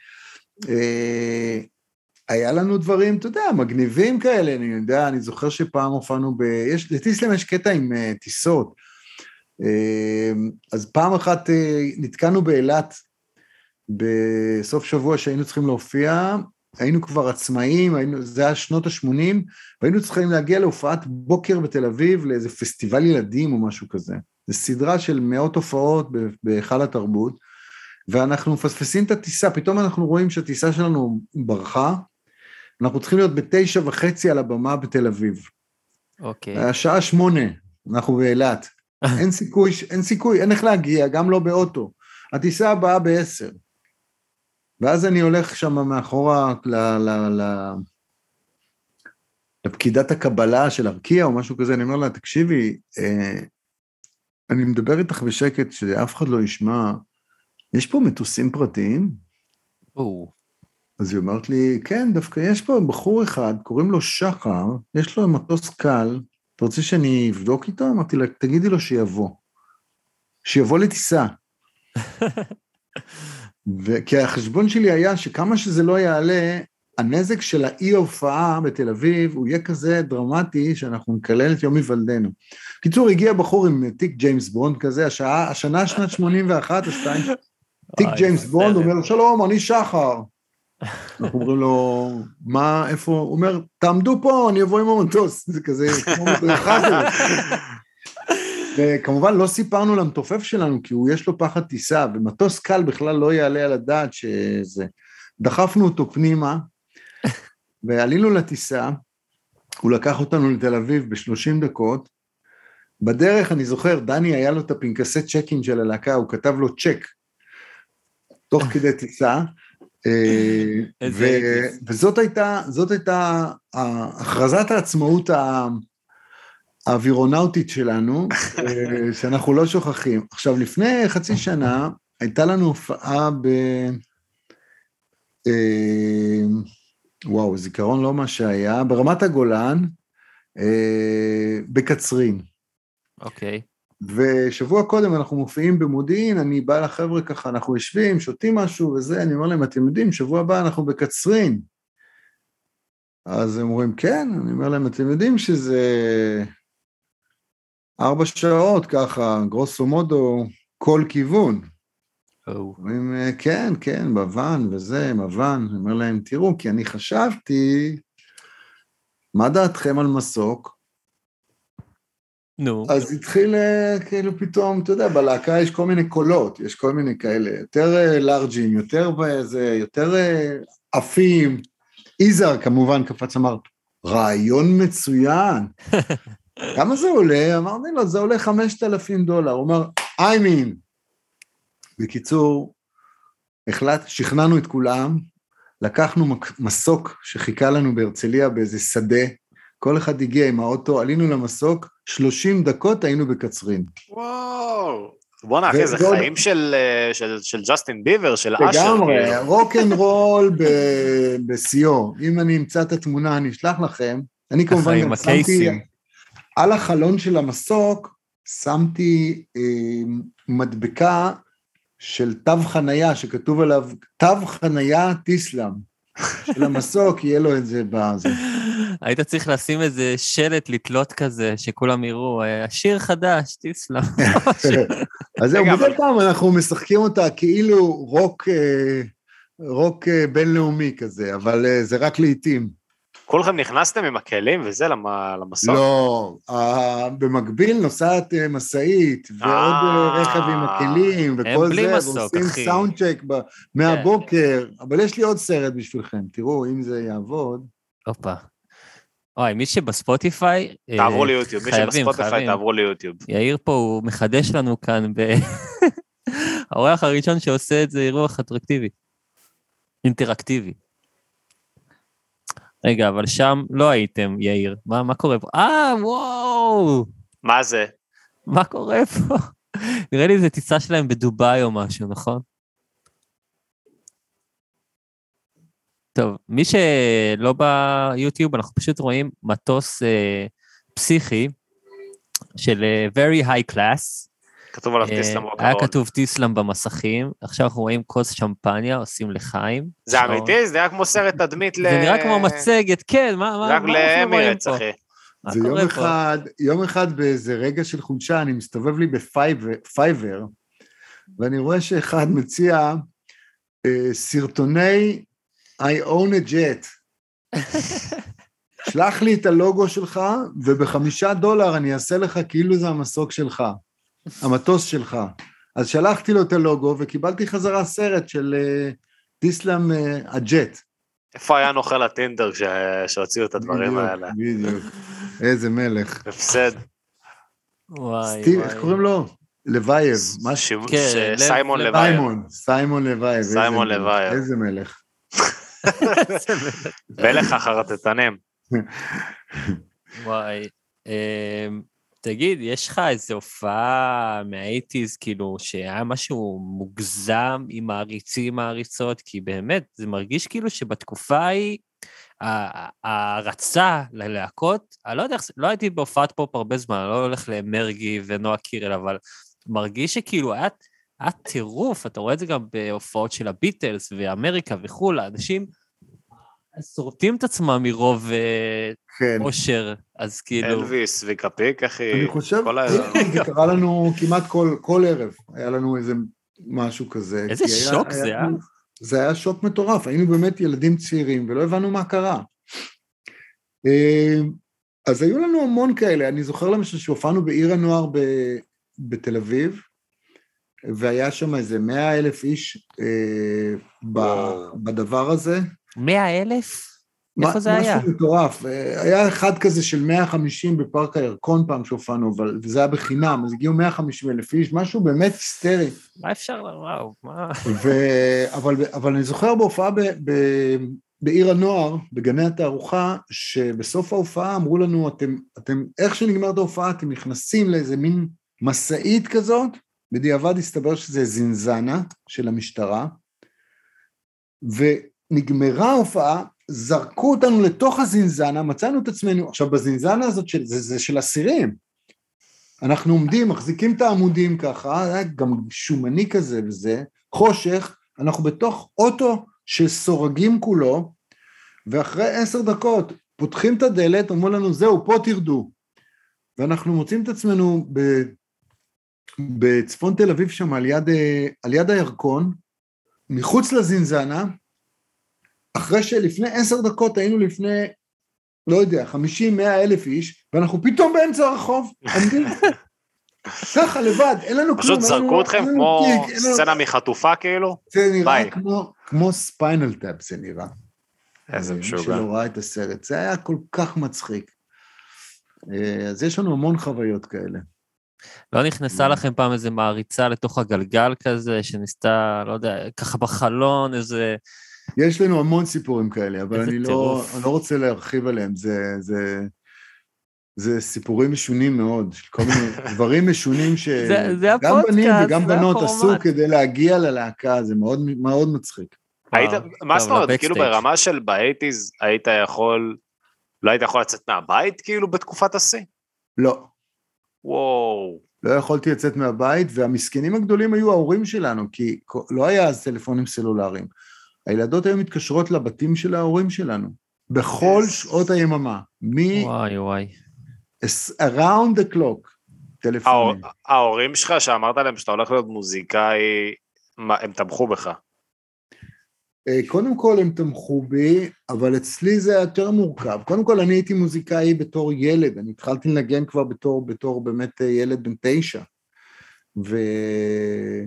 [SPEAKER 6] היה לנו דברים, אתה יודע, מגניבים כאלה, אני יודע, אני זוכר שפעם הופענו ב... לטיסלם יש קטע עם טיסות, אז פעם אחת נתקענו באילת, בסוף שבוע שהיינו צריכים להופיע, היינו כבר עצמאים, היינו, זה היה שנות ה-שמונים, והיינו צריכים להגיע להופעת בוקר בתל אביב, לאיזה פסטיבל ילדים או משהו כזה. זו סדרה של מאות הופעות בהיכל התרבות, ואנחנו מפספסים את הטיסה, פתאום אנחנו רואים שהטיסה שלנו ברחה, אנחנו צריכים להיות בתשע וחצי על הבמה בתל אביב.
[SPEAKER 3] אוקיי.
[SPEAKER 6] השעה שמונה, אנחנו באילת. אין סיכוי, אין סיכוי, אין איך להגיע, גם לא באוטו. הטיסה הבאה בעשר. ואז אני הולך שם מאחורה ל, ל, ל, לפקידת הקבלה של ארקיע או משהו כזה, אני אומר לה, תקשיבי, אה, אני מדבר איתך בשקט שאף אחד לא ישמע, יש פה מטוסים פרטיים?
[SPEAKER 3] או.
[SPEAKER 6] אז היא אומרת לי, כן, דווקא יש פה בחור אחד, קוראים לו שחר, יש לו מטוס קל, אתה רוצה שאני אבדוק איתו? אמרתי לה, תגידי לו שיבוא. שיבוא לטיסה. כי החשבון שלי היה שכמה שזה לא יעלה, הנזק של האי הופעה בתל אביב, הוא יהיה כזה דרמטי, שאנחנו נקלל את יום היוולדנו. קיצור, הגיע בחור עם תיק ג'יימס בונד כזה, השעה, השנה שנת שמונים ואחת, השתיים, תיק ג'יימס בונד, הוא אומר, שלום, אני שחר. אנחנו אומרים לו, מה, איפה? הוא אומר, תעמדו פה, אני אבוא עם המטוס. זה כזה, כמו מדריכה כזה. וכמובן לא סיפרנו למתופף שלנו, כי הוא יש לו פחד טיסה, ומטוס קל בכלל לא יעלה על הדעת שזה. דחפנו אותו פנימה, ועלינו לטיסה, הוא לקח אותנו לתל אביב ב-שלושים דקות, בדרך אני זוכר, דני היה לו את הפנקסי צ'קים של הלהקה, הוא כתב לו צ'ק, תוך כדי טיסה, וזאת הייתה, זאת הייתה הכרזת העצמאות האווירונאוטית שלנו, שאנחנו לא שוכחים. עכשיו, לפני חצי שנה, הייתה לנו הופעה ב... וואו, זיכרון לא מה שהיה, ברמת הגולן, בקצרין.
[SPEAKER 3] אוקיי.
[SPEAKER 6] ושבוע קודם אנחנו מופיעים במודיעין, אני בא לחבר'ה ככה, אנחנו יושבים, שותים משהו וזה, אני אומר להם, אתם יודעים, שבוע הבא אנחנו בקצרין. אז הם אומרים, כן, אני אומר להם, אתם יודעים שזה ארבע שעות ככה, גרוסו מודו, כל כיוון. אומרים, כן, כן, בוון וזה, מבן. אני אומר להם, תראו, כי אני חשבתי, מה דעתכם על מסוק?
[SPEAKER 3] נו.
[SPEAKER 6] אז התחיל כאילו פתאום, אתה יודע, בלהקה יש כל מיני קולות, יש כל מיני כאלה, יותר לארג'ים, יותר באיזה, יותר עפים. איזר כמובן קפץ אמר, רעיון מצוין. כמה זה עולה? אמרתי לו, זה עולה חמשת אלפים דולר. הוא אומר, I mean. בקיצור, החלט, שכנענו את כולם, לקחנו מסוק שחיכה לנו בהרצליה באיזה שדה, כל אחד הגיע עם האוטו, עלינו למסוק, שלושים דקות היינו בקצרין.
[SPEAKER 5] וואו, בוא נערכי, זה חיים של ג'סטין ביבר, של אשר.
[SPEAKER 6] לגמרי, רוק אנד רול בסיור. אם אני אמצא את התמונה, אני אשלח לכם. אני כמובן גם שמתי, על החלון של המסוק, שמתי מדבקה של תו חנייה, שכתוב עליו, תו חנייה טיסלם. של המסוק, יהיה לו את זה בזה.
[SPEAKER 3] היית צריך לשים איזה שלט לתלות כזה, שכולם יראו, השיר חדש, טיסלם.
[SPEAKER 6] אז זהו, בכל פעם אנחנו משחקים אותה כאילו רוק, רוק בינלאומי כזה, אבל זה רק לעתים.
[SPEAKER 5] כולכם נכנסתם עם הכלים וזה למסוק?
[SPEAKER 6] לא, במקביל נוסעת מסעית, ועוד רכב עם הכלים, וכל זה, ועושים סאונד צ'ק מהבוקר, אבל יש לי עוד סרט בשבילכם, תראו, אם זה יעבוד.
[SPEAKER 3] אופה. אוי, מי שבספוטיפיי...
[SPEAKER 5] תעברו ליוטיוב, מי שבספוטיפיי תעברו ליוטיוב.
[SPEAKER 3] יאיר פה, הוא מחדש לנו כאן, האורח הראשון שעושה את זה אירוח אטרקטיבי, אינטראקטיבי. רגע, אבל שם לא הייתם, יאיר. מה, מה קורה פה? אה, וואו!
[SPEAKER 5] מה זה?
[SPEAKER 3] מה קורה פה? נראה לי זה טיסה שלהם בדובאי או משהו, נכון? טוב, מי שלא ביוטיוב, אנחנו פשוט רואים מטוס אה, פסיכי של אה, very high class.
[SPEAKER 5] כתוב עליו טיסלם רוקרול.
[SPEAKER 3] היה כתוב טיסלם במסכים, עכשיו אנחנו רואים כוס שמפניה, עושים לחיים.
[SPEAKER 5] זה אמיתי? זה היה כמו סרט תדמית ל...
[SPEAKER 3] זה נראה כמו מצגת, כן, מה, מה,
[SPEAKER 5] רק לאמירץ, אחי.
[SPEAKER 6] זה יום אחד, יום אחד באיזה רגע של חודשה, אני מסתובב לי בפייבר, ואני רואה שאחד מציע אה, סרטוני I own a jet. שלח לי את הלוגו שלך, ובחמישה דולר אני אעשה לך כאילו זה המסוק שלך. המטוס שלך. אז שלחתי לו את הלוגו, וקיבלתי חזרה סרט של uh, טיסלם uh, הג'ט.
[SPEAKER 5] איפה היה נוכל הטינדר שהוציאו את הדברים האלה?
[SPEAKER 6] בדיוק, איזה מלך.
[SPEAKER 5] הפסד.
[SPEAKER 3] וואי,
[SPEAKER 6] סטיב,
[SPEAKER 3] וואי.
[SPEAKER 6] איך קוראים לו? לווייב.
[SPEAKER 5] כן, סיימון לווייב.
[SPEAKER 6] סיימון, סיימון לווייב.
[SPEAKER 5] סיימון לווייב.
[SPEAKER 6] איזה מלך.
[SPEAKER 5] מלך החרטטנים.
[SPEAKER 3] וואי. תגיד, יש לך איזו הופעה מהאייטיז, כאילו, שהיה משהו מוגזם עם מעריצים מעריצות, כי באמת, זה מרגיש כאילו שבתקופה ההיא, הרצה ללהקות, אני לא יודע, לא הייתי בהופעת פופ הרבה זמן, אני לא הולך למרגי ונועה קירל, אבל מרגיש שכאילו, היה, היה טירוף, אתה רואה את זה גם בהופעות של הביטלס ואמריקה וכו', אנשים שורטים את עצמם מרוב
[SPEAKER 6] כן.
[SPEAKER 3] אושר, אז כאילו...
[SPEAKER 5] אלוויס וקפיק, אחי.
[SPEAKER 6] אני חושב, זה קרה לנו כמעט כל, כל ערב, היה לנו איזה משהו כזה.
[SPEAKER 3] איזה שוק
[SPEAKER 6] היה,
[SPEAKER 3] זה היה?
[SPEAKER 6] היה? זה היה שוק מטורף, היינו באמת ילדים צעירים, ולא הבנו מה קרה. אז היו לנו המון כאלה, אני זוכר למשל שהופענו בעיר הנוער ב, בתל אביב, והיה שם איזה מאה אלף איש אה, ב, בדבר הזה.
[SPEAKER 3] מאה אלף? איפה זה היה?
[SPEAKER 6] משהו מטורף, היה אחד כזה של מאה וחמישים בפארק הירקון פעם שהופענו, וזה היה בחינם, אז הגיעו מאה וחמישים אלף איש, משהו באמת היסטרי.
[SPEAKER 3] מה אפשר לראות? מה?
[SPEAKER 6] אבל, אבל אני זוכר בהופעה ב, ב, בעיר הנוער, בגני התערוכה, שבסוף ההופעה אמרו לנו, אתם, אתם, איך שנגמרת ההופעה, אתם נכנסים לאיזה מין מסעית כזאת, בדיעבד הסתבר שזה זינזנה של המשטרה, ונגמרה ההופעה, זרקו אותנו לתוך הזינזנה, מצאנו את עצמנו, עכשיו בזינזנה הזאת, של, זה, זה של אסירים, אנחנו עומדים, מחזיקים את העמודים ככה, גם שומני כזה וזה, חושך, אנחנו בתוך אוטו שסורגים כולו, ואחרי עשר דקות פותחים את הדלת, אומרים לנו, זהו, פה תרדו, ואנחנו מוצאים את עצמנו ב, בצפון תל אביב שם, על יד, על יד הירקון, מחוץ לזינזנה, אחרי שלפני עשר דקות היינו לפני, לא יודע, חמישים מאה אלף איש, ואנחנו פתאום באמצע הרחוב, עומדים ככה לבד, אין לנו כלום.
[SPEAKER 5] פשוט זרקו אתכם כמו סצנה מחטופה כאילו?
[SPEAKER 6] זה נראה כמו ספיינל טאפ, זה נראה.
[SPEAKER 5] איזה משוגע.
[SPEAKER 6] שלא ראה את הסרט, זה היה כל כך מצחיק. אז יש לנו המון חוויות כאלה.
[SPEAKER 3] לא נכנסה לכם פעם איזה מעריצה לתוך הגלגל כזה, שניסתה, לא יודע, ככה בחלון, איזה...
[SPEAKER 6] יש לנו המון סיפורים כאלה, אבל אני לא, אני לא רוצה להרחיב עליהם, זה, זה, זה סיפורים משונים מאוד, של כל מיני דברים משונים שגם בנים וגם בנות עשו כדי להגיע ללהקה, זה מאוד, מאוד מצחיק.
[SPEAKER 5] היית, מה זאת אומרת, כאילו ברמה של באייטיז, היית יכול, לא היית יכול לצאת מהבית כאילו בתקופת השיא?
[SPEAKER 6] לא.
[SPEAKER 5] וואו.
[SPEAKER 6] לא יכולתי לצאת מהבית, והמסכנים הגדולים היו ההורים שלנו, כי לא היה אז טלפונים סלולריים. הילדות היו מתקשרות לבתים של ההורים שלנו, בכל שעות היממה, מ...
[SPEAKER 3] וואי וואי.
[SPEAKER 6] around the clock, טלפונים.
[SPEAKER 5] ההורים שלך שאמרת להם שאתה הולך להיות מוזיקאי, הם תמכו בך?
[SPEAKER 6] קודם כל הם תמכו בי, אבל אצלי זה יותר מורכב. קודם כל אני הייתי מוזיקאי בתור ילד, אני התחלתי לנגן כבר בתור, בתור באמת ילד בן תשע, ו...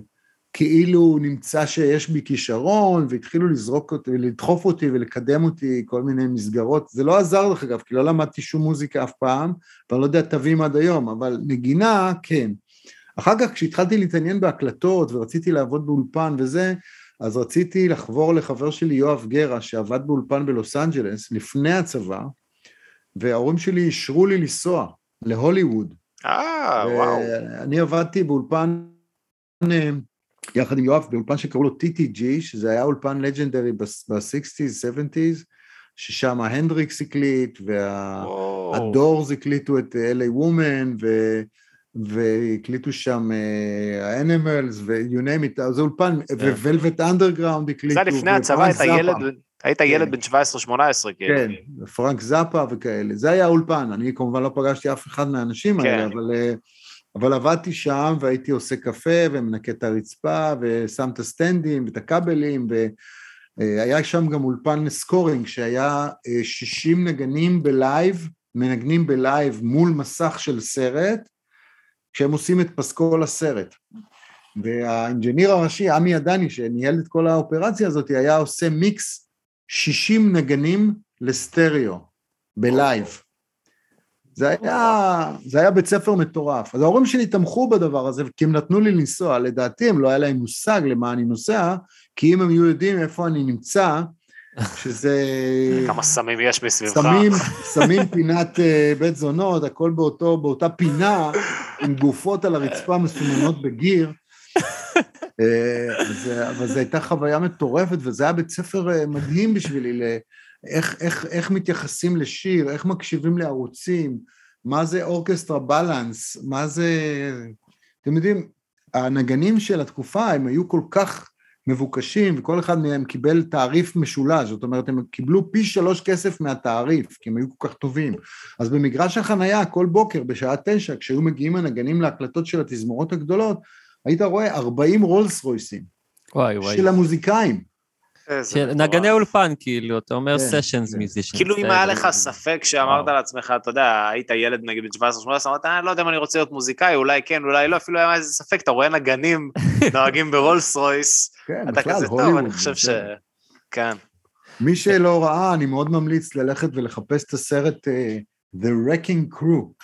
[SPEAKER 6] כאילו נמצא שיש בי כישרון, והתחילו לזרוק אותי, לדחוף אותי ולקדם אותי כל מיני מסגרות. זה לא עזר לך אגב, כי לא למדתי שום מוזיקה אף פעם, ואני לא יודע תווים עד היום, אבל נגינה, כן. אחר כך כשהתחלתי להתעניין בהקלטות, ורציתי לעבוד באולפן וזה, אז רציתי לחבור לחבר שלי יואב גרה, שעבד באולפן בלוס אנג'לס, לפני הצבא, וההורים שלי אישרו לי לנסוע להוליווד.
[SPEAKER 5] אה, וואו.
[SPEAKER 6] אני עבדתי באולפן, יחד עם יואב, באולפן שקראו לו טי טי ג'י, שזה היה אולפן לג'נדרי ב-סיקסטיז, סבנטיז, ששם ההנדריקס הקליט, והדורס הקליטו את אל איי וומן, והקליטו שם האנימלס, ו-you name it, זה אולפן, ו-Velvet Underground הקליטו.
[SPEAKER 5] זה לפני הצבא, היית ילד בן שבע עשרה שמונה עשרה,
[SPEAKER 6] כן, פרנק זאפה וכאלה, זה היה אולפן, אני כמובן לא פגשתי אף אחד מהאנשים האלה, אבל... אבל עבדתי שם והייתי עושה קפה ומנקה את הרצפה ושם את הסטנדים ואת הכבלים, והיה שם גם אולפן סקורינג שהיה שישים נגנים בלייב, מנגנים בלייב מול מסך של סרט, כשהם עושים את פסקול הסרט. והאינג'יניר הראשי, עמי עדני, שניהל את כל האופרציה הזאת, היה עושה מיקס שישים נגנים לסטריאו, בלייב. זה היה, זה היה בית ספר מטורף. אז ההורים שלי תמכו בדבר הזה, כי הם נתנו לי לנסוע, לדעתי הם לא היה להם מושג למה אני נוסע, כי אם הם היו יודעים איפה אני נמצא, שזה...
[SPEAKER 5] כמה סמים יש בסביבך.
[SPEAKER 6] סמים, סמים פינת בית זונות, הכל באותו, באותה פינה, עם גופות על הרצפה מסומנות בגיר, אבל זו הייתה חוויה מטורפת, וזה היה בית ספר מדהים בשבילי, איך, איך, איך מתייחסים לשיר, איך מקשיבים לערוצים, מה זה אורקסטרה בלנס, מה זה... אתם יודעים, הנגנים של התקופה הם היו כל כך מבוקשים, וכל אחד מהם קיבל תעריף משולש, זאת אומרת, הם קיבלו פי שלוש כסף מהתעריף, כי הם היו כל כך טובים. אז במגרש החנייה, כל בוקר, בשעה תשע, כשהיו מגיעים הנגנים להקלטות של התזמורות הגדולות, היית רואה ארבעים רולס רויסים,
[SPEAKER 3] וואי, וואי.
[SPEAKER 6] של המוזיקאים.
[SPEAKER 3] נגני אולפן, כאילו, אתה אומר סשנס מיזישן.
[SPEAKER 5] כאילו אם היה לך ספק שאמרת לעצמך, אתה יודע, היית ילד נגיד ב-שבע עשרה שמונה עשרה, אמרת, אני לא יודע אם אני רוצה להיות מוזיקאי, אולי כן, אולי לא, אפילו היה איזה ספק, אתה רואה נגנים נוהגים ברולס רויס, אתה כזה טוב, אני חושב ש... כן.
[SPEAKER 6] מי שלא ראה, אני מאוד ממליץ ללכת ולחפש את הסרט The Wrecking Crew.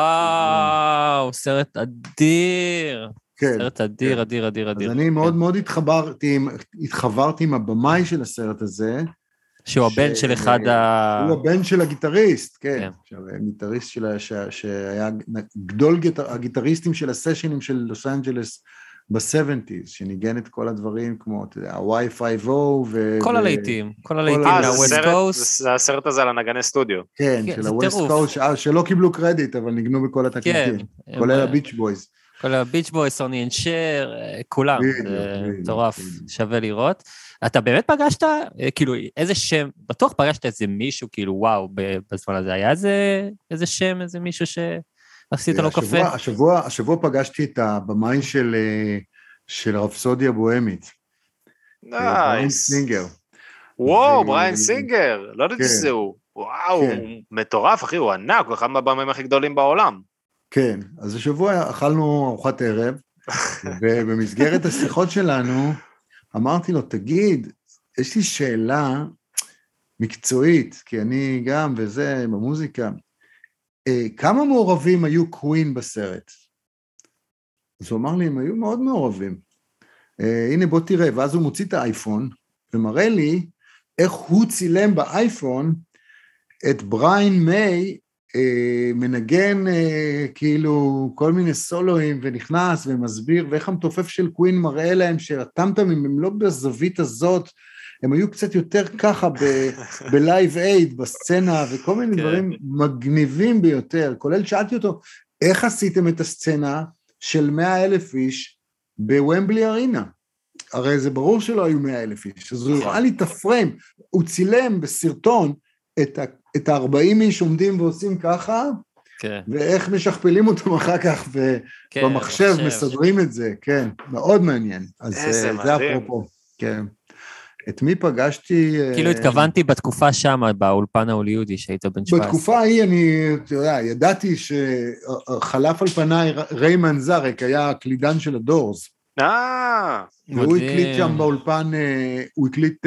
[SPEAKER 3] וואו, סרט אדיר. סרט אדיר, אדיר, אדיר, אדיר.
[SPEAKER 6] אז אני מאוד מאוד התחברתי, התחברתי עם הבמאי של הסרט הזה.
[SPEAKER 3] שהוא הבן של אחד ה...
[SPEAKER 6] הוא הבן של הגיטריסט, כן. הגיטריסט שהיה גדול הגיטריסטים של הסשנים של לוס אנג'לס ב-שבעים, שניגן את כל הדברים כמו ה-וואי פייב או ו...
[SPEAKER 3] כל הלהיטים, כל הלהיטים מהווסט קוסט.
[SPEAKER 5] זה הסרט הזה על הנגני סטודיו.
[SPEAKER 6] כן, של הווסט קוסט, שלא קיבלו קרדיט, אבל ניגנו בכל התקליטים, כולל הביץ' בויז.
[SPEAKER 3] כל הביץ' בויז, סוני אנד שר, כולם, מטורף, שווה לראות. אתה באמת פגשת, כאילו, איזה שם, בטוח פגשת איזה מישהו, כאילו, וואו, בזמן הזה, היה איזה שם, איזה מישהו שעשית לו קפה?
[SPEAKER 6] השבוע, השבוע פגשתי את הבמאי של, של רפסודיה בוהמית.
[SPEAKER 5] נייס. סינגר. וואו, בריין סינגר, לא יודעת שזהו. וואו, מטורף, אחי, הוא ענק, הוא אחד מהבמאים הכי גדולים בעולם.
[SPEAKER 6] כן, אז השבוע אכלנו ארוחת ערב, ובמסגרת השיחות שלנו, אמרתי לו, תגיד, יש לי שאלה מקצועית, כי אני גם וזה, במוזיקה, כמה מעורבים היו קווין בסרט? אז הוא אמר לי, הם היו מאוד מעורבים. הנה בוא תראה, ואז הוא מוציא את האייפון, ומראה לי איך הוא צילם באייפון את בריין מיי, מנגן כאילו כל מיני סולואים ונכנס ומסביר, ואיך המתופף של קווין מראה להם שהטמטמים הם לא בזווית הזאת, הם היו קצת יותר ככה בלייב אייד, בסצנה, וכל מיני דברים מגניבים ביותר, כולל שאלתי אותו, איך עשיתם את הסצנה של מאה אלף איש בוומבלי ארינה? הרי זה ברור שלא היו מאה אלף איש, אז הוא ראה לי את הפריים, הוא צילם בסרטון את ה... את ה-ארבעים איש עומדים ועושים ככה, כן. ואיך משכפלים אותם אחר כך, ובמחשב כן, מסדרים את זה, כן, מאוד מעניין. אז זה, זה אפרופו, כן. את מי פגשתי...
[SPEAKER 3] כאילו התכוונתי בתקופה שם, באולפן ההוליודי, שהיית בן שבע עשרה.
[SPEAKER 6] בתקופה ההיא אני, אתה יודע, ידעתי שחלף על פניי ריי מנזרק, היה הקלידן של הדורס.
[SPEAKER 5] אה,
[SPEAKER 6] והוא הקליט שם באולפן, הוא הקליט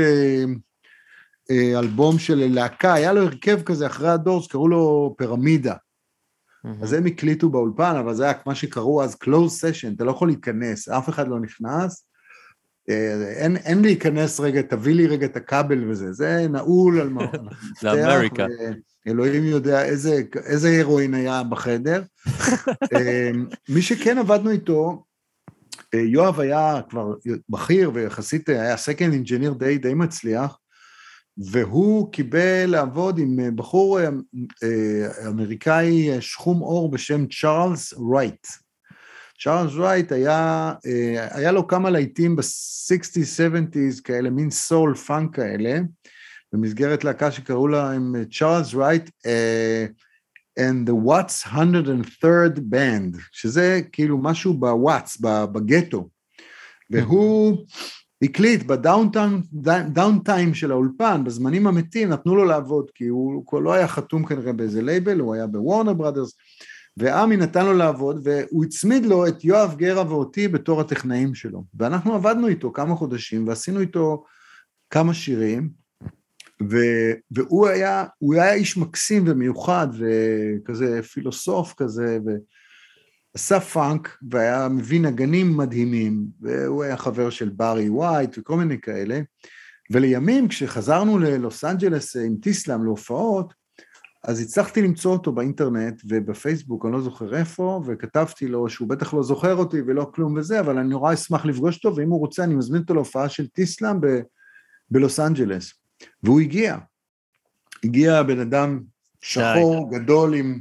[SPEAKER 6] אלבום של להקה, היה לו הרכב כזה אחרי הדורס, קראו לו פירמידה. אז הם הקליטו באולפן, אבל זה היה מה שקראו אז close session, אתה לא יכול להיכנס, אף אחד לא נכנס, אין, אין להיכנס רגע, תביא לי רגע את הכבל וזה, זה נעול על מה,
[SPEAKER 3] לאמריקה.
[SPEAKER 6] אלוהים יודע איזה, איזה הרואין היה בחדר. מי שכן עבדנו איתו, יואב היה כבר בכיר ויחסית היה second engineer די, די מצליח, והוא קיבל לעבוד עם בחור אמריקאי שחום אור בשם צ'ארלס רייט. צ'ארלס רייט היה, היה לו כמה להיטים ב-שישים שבעים כאלה, מין סול פאנק כאלה, במסגרת להקה שקראו להם צ'ארלס רייט and the Watts one hundred third Band, שזה כאילו משהו בוואטס, בגטו, והוא הקליט בדאונטיים של האולפן, בזמנים המתים, נתנו לו לעבוד, כי הוא לא היה חתום כנראה באיזה לייבל, הוא היה בוורנר ברודרס, ועמי נתן לו לעבוד, והוא הצמיד לו את יואב גרה ואותי בתור הטכנאים שלו, ואנחנו עבדנו איתו כמה חודשים, ועשינו איתו כמה שירים, והוא היה, הוא היה איש מקסים ומיוחד, וכזה פילוסוף כזה, ועשה פאנק, והיה מבין נגנים מדהימים, והוא היה חבר של ברי ווייט, וכל מיני כאלה, ולימים כשחזרנו ללוס אנג'לס עם טיסלאם להופעות, אז הצלחתי למצוא אותו באינטרנט ובפייסבוק, אני לא זוכר איפה, וכתבתי לו שהוא בטח לא זוכר אותי ולא כלום וזה, אבל אני נורא אשמח לפגוש אותו, ואם הוא רוצה אני מזמין אותו להופעה של טיסלאם ב- בלוס אנג'לס. והוא הגיע, הגיע בן אדם שחור גדול עם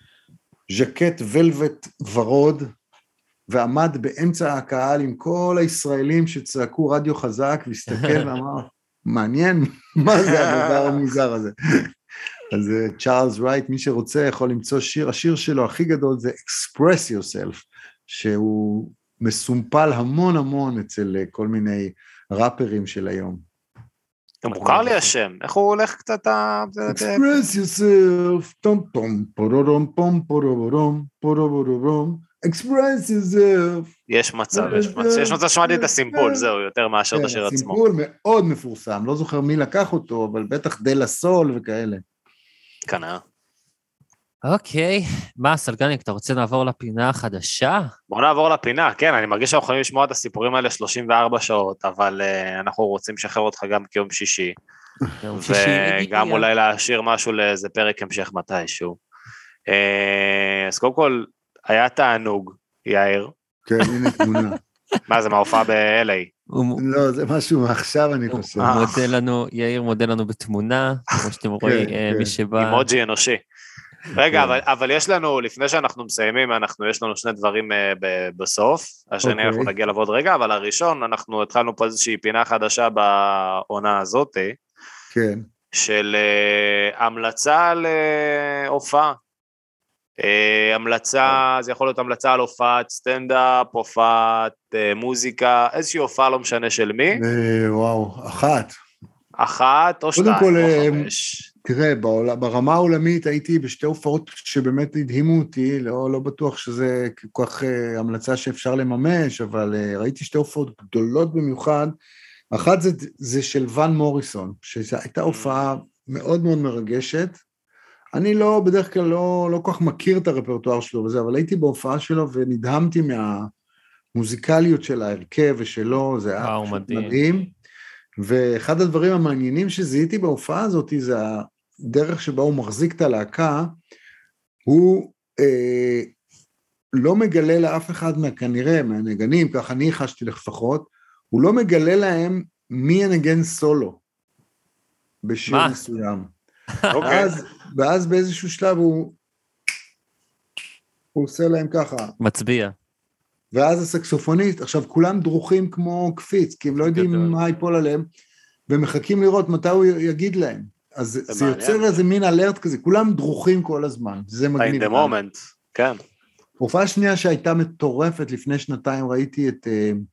[SPEAKER 6] ז'קט ולווט ורוד, ועמד באמצע הקהל עם כל הישראלים שצעקו רדיו חזק, והסתכל ואמר, מעניין, מה זה הדבר המוזר הזה? אז צ'ארלס רייט, מי שרוצה יכול למצוא שיר, השיר שלו הכי גדול זה Express Yourself, שהוא מסומפל המון המון אצל כל מיני ראפרים של היום.
[SPEAKER 5] מוכר לי השם, איך הוא הולך קצת?
[SPEAKER 6] Express yourself, טום טום, פורורום פום פורורום, פורורום, Express yourself.
[SPEAKER 5] יש מצב, יש מצב שמעתי את הסימפול, זהו, יותר מאשר את השיר עצמו.
[SPEAKER 6] הסימפול מאוד מפורסם, לא זוכר מי לקח אותו, אבל בטח דה לה סול וכאלה.
[SPEAKER 5] כנראה.
[SPEAKER 3] אוקיי, מה סלגניק, אתה רוצה לעבור לפינה החדשה?
[SPEAKER 5] בואו נעבור לפינה, כן, אני מרגיש שאנחנו יכולים לשמוע את הסיפורים האלה שלושים וארבע שעות, אבל uh, אנחנו רוצים לשחרר אותך גם כיום שישי, וגם אולי להשאיר משהו לאיזה פרק המשך מתישהו. Uh, אז קודם כל, היה תענוג, יאיר.
[SPEAKER 6] כן, הנה תמונה.
[SPEAKER 5] מה, זה מההופעה ב-אל איי?
[SPEAKER 6] לא, זה משהו מעכשיו אני חושב.
[SPEAKER 3] מודה לנו, יאיר מודה לנו בתמונה, כמו שאתם רואים, מי שבא...
[SPEAKER 5] אימוג'י אנושי. רגע, אבל, אבל יש לנו, לפני שאנחנו מסיימים, אנחנו, יש לנו שני דברים uh, ב- בסוף, השני okay. אנחנו נגיע לעבוד רגע, אבל הראשון, אנחנו התחלנו פה איזושהי פינה חדשה בעונה הזאת,
[SPEAKER 6] כן.
[SPEAKER 5] של uh, המלצה על uh, הופעה. Uh, המלצה, זה יכול להיות המלצה על הופעת סטנדאפ, הופעת uh, מוזיקה, איזושהי הופעה, לא משנה של מי.
[SPEAKER 6] Uh, וואו, אחת. אחת
[SPEAKER 5] או שתיים,
[SPEAKER 6] כל,
[SPEAKER 5] או חמש.
[SPEAKER 6] תראה, ברמה העולמית הייתי בשתי הופעות שבאמת הדהימו אותי, לא, לא בטוח שזה כל כך uh, המלצה שאפשר לממש, אבל uh, ראיתי שתי הופעות גדולות במיוחד, אחת זה, זה של ון מוריסון, שזו הייתה הופעה מאוד מאוד מרגשת, אני לא, בדרך כלל לא, לא כל כך מכיר את הרפרטואר שלו וזה, אבל הייתי בהופעה שלו ונדהמתי מהמוזיקליות של ההרכב ושלו, זה היה מדהים. מדהים. ואחד הדברים המעניינים שזיהיתי בהופעה הזאת, זה הדרך שבה הוא מחזיק את הלהקה, הוא אה, לא מגלה לאף אחד מהכנראה, מהנגנים, כך אני חשתי לפחות, הוא לא מגלה להם מי ינגן סולו, בשיר מה? מסוים. ואז, ואז באיזשהו שלב הוא, הוא עושה להם ככה.
[SPEAKER 3] מצביע.
[SPEAKER 6] ואז הסקסופוניסט, עכשיו כולם דרוכים כמו קפיץ, כי הם לא יודעים מה ייפול עליהם, ומחכים לראות מתי הוא יגיד להם. אז זה, זה יוצר איזה מין אלרט כזה, כולם דרוכים כל הזמן, זה מגניב.
[SPEAKER 5] In the moment, כן.
[SPEAKER 6] הופעה שנייה שהייתה מטורפת, לפני שנתיים ראיתי את,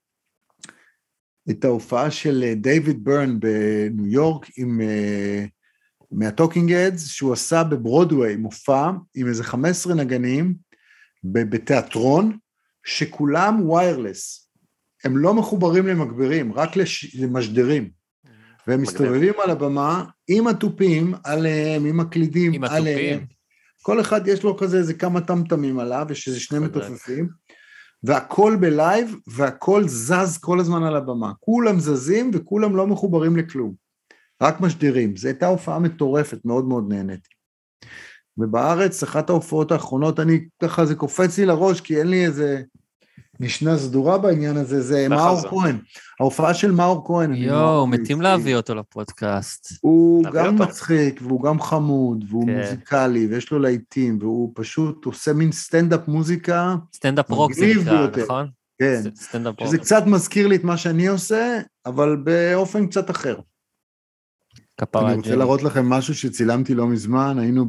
[SPEAKER 6] את ההופעה של דיוויד ברן בניו יורק, עם, מהטוקינג אדס, שהוא עשה בברודווי, מופע, עם איזה חמש עשרה נגנים, בתיאטרון, שכולם ויירלס, הם לא מחוברים למגבירים, רק לש... למשדרים. והם מסתובבים על הבמה עם הטופים עליהם, עם הקלידים
[SPEAKER 3] עם
[SPEAKER 6] עליהם.
[SPEAKER 3] הטופים.
[SPEAKER 6] כל אחד יש לו כזה, איזה כמה טמטמים עליו, יש איזה שני מתופפים, והכל בלייב, והכל זז כל הזמן על הבמה. כולם זזים וכולם לא מחוברים לכלום. רק משדרים. זו הייתה הופעה מטורפת, מאוד מאוד נהניתי. ובארץ, אחת ההופעות האחרונות, אני ככה, זה קופץ לי לראש, כי אין לי איזה משנה סדורה בעניין הזה, זה מאור כהן. ההופעה של מאור כהן.
[SPEAKER 3] יואו, מתים להביא אותו לפודקאסט.
[SPEAKER 6] הוא גם מצחיק, והוא גם חמוד, והוא מוזיקלי, ויש לו להיטים, והוא פשוט עושה מין סטנדאפ מוזיקה.
[SPEAKER 3] סטנדאפ רוק זה נקרא, נכון?
[SPEAKER 6] כן. שזה קצת מזכיר לי את מה שאני עושה, אבל באופן קצת אחר. אני רוצה להראות לכם משהו שצילמתי לא מזמן, היינו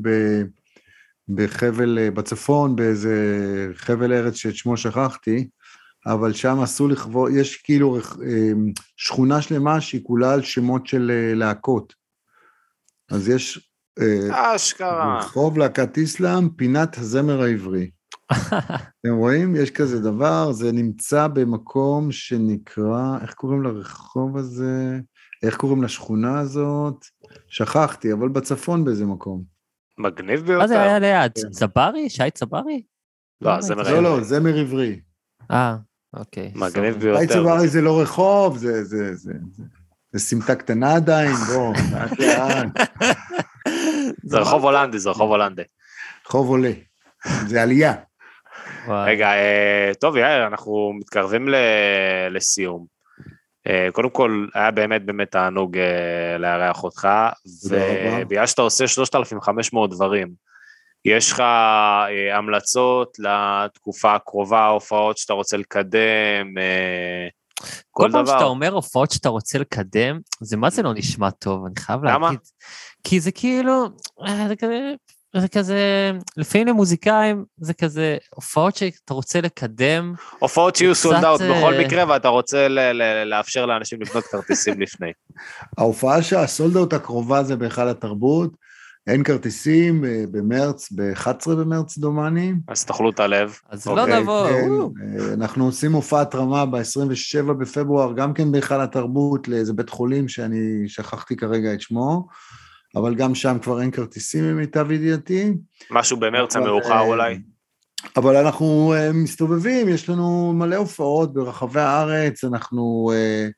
[SPEAKER 6] בחבל בצפון, באיזה חבל ארץ שאת שמו שכחתי, אבל שם עשו לכבוד, יש כאילו שכונה שלמה שהיא כולה על שמות של להקות. אז יש רחוב להקת איסלאם, פינת הזמר העברי. אתם רואים? יש כזה דבר, זה נמצא במקום שנקרא, איך קוראים לרחוב הזה? איך קוראים לשכונה הזאת? שכחתי, אבל בצפון באיזה מקום.
[SPEAKER 5] מגניב ביותר.
[SPEAKER 3] מה זה היה ליד? צברי? שי צברי?
[SPEAKER 5] לא, זמר עברי.
[SPEAKER 6] לא, לא, זמר עברי.
[SPEAKER 3] אה, אוקיי.
[SPEAKER 5] מגניב ביותר.
[SPEAKER 6] שי צברי זה לא רחוב, זה, זה, זה, זה סמטה קטנה עדיין, בוא, לאט לאט.
[SPEAKER 5] זה רחוב הולנדי, זה רחוב הולנדי.
[SPEAKER 6] רחוב עולה, זה עלייה.
[SPEAKER 5] רגע, טוב, יאיר, אנחנו מתקרבים לסיום. קודם כל, היה באמת באמת תענוג לארח אותך, ובגלל שאתה עושה שלושת אלפים וחמש מאות דברים, יש לך המלצות לתקופה הקרובה, הופעות שאתה רוצה לקדם, כל דבר.
[SPEAKER 3] כל פעם שאתה אומר הופעות שאתה רוצה לקדם, זה מה זה לא נשמע טוב, אני חייב להגיד. למה? כי זה כאילו, זה כזה... זה כזה, לפעמים למוזיקאים, זה כזה, הופעות שאתה רוצה לקדם.
[SPEAKER 5] הופעות שיהיו סולד אאוט בכל מקרה, ואתה רוצה לאפשר לאנשים לקנות כרטיסים לפני.
[SPEAKER 6] ההופעה שהסולד אאוט הקרובה זה בהיכל התרבות, אין כרטיסים במרץ, ב-אחד עשר במרץ דומני.
[SPEAKER 5] אז תאכלו את הלב.
[SPEAKER 3] אז לא נבוא.
[SPEAKER 6] אנחנו עושים הופעת רמה ב-עשרים ושבעה בפברואר, גם כן בהיכל התרבות, לאיזה בית חולים שאני שכחתי כרגע את שמו, אבל גם שם כבר אין כרטיסים ממיטב ידיעתי.
[SPEAKER 5] משהו במרץ המאוחר אולי.
[SPEAKER 6] אבל אנחנו מסתובבים, יש לנו מלא הופעות ברחבי הארץ, אנחנו,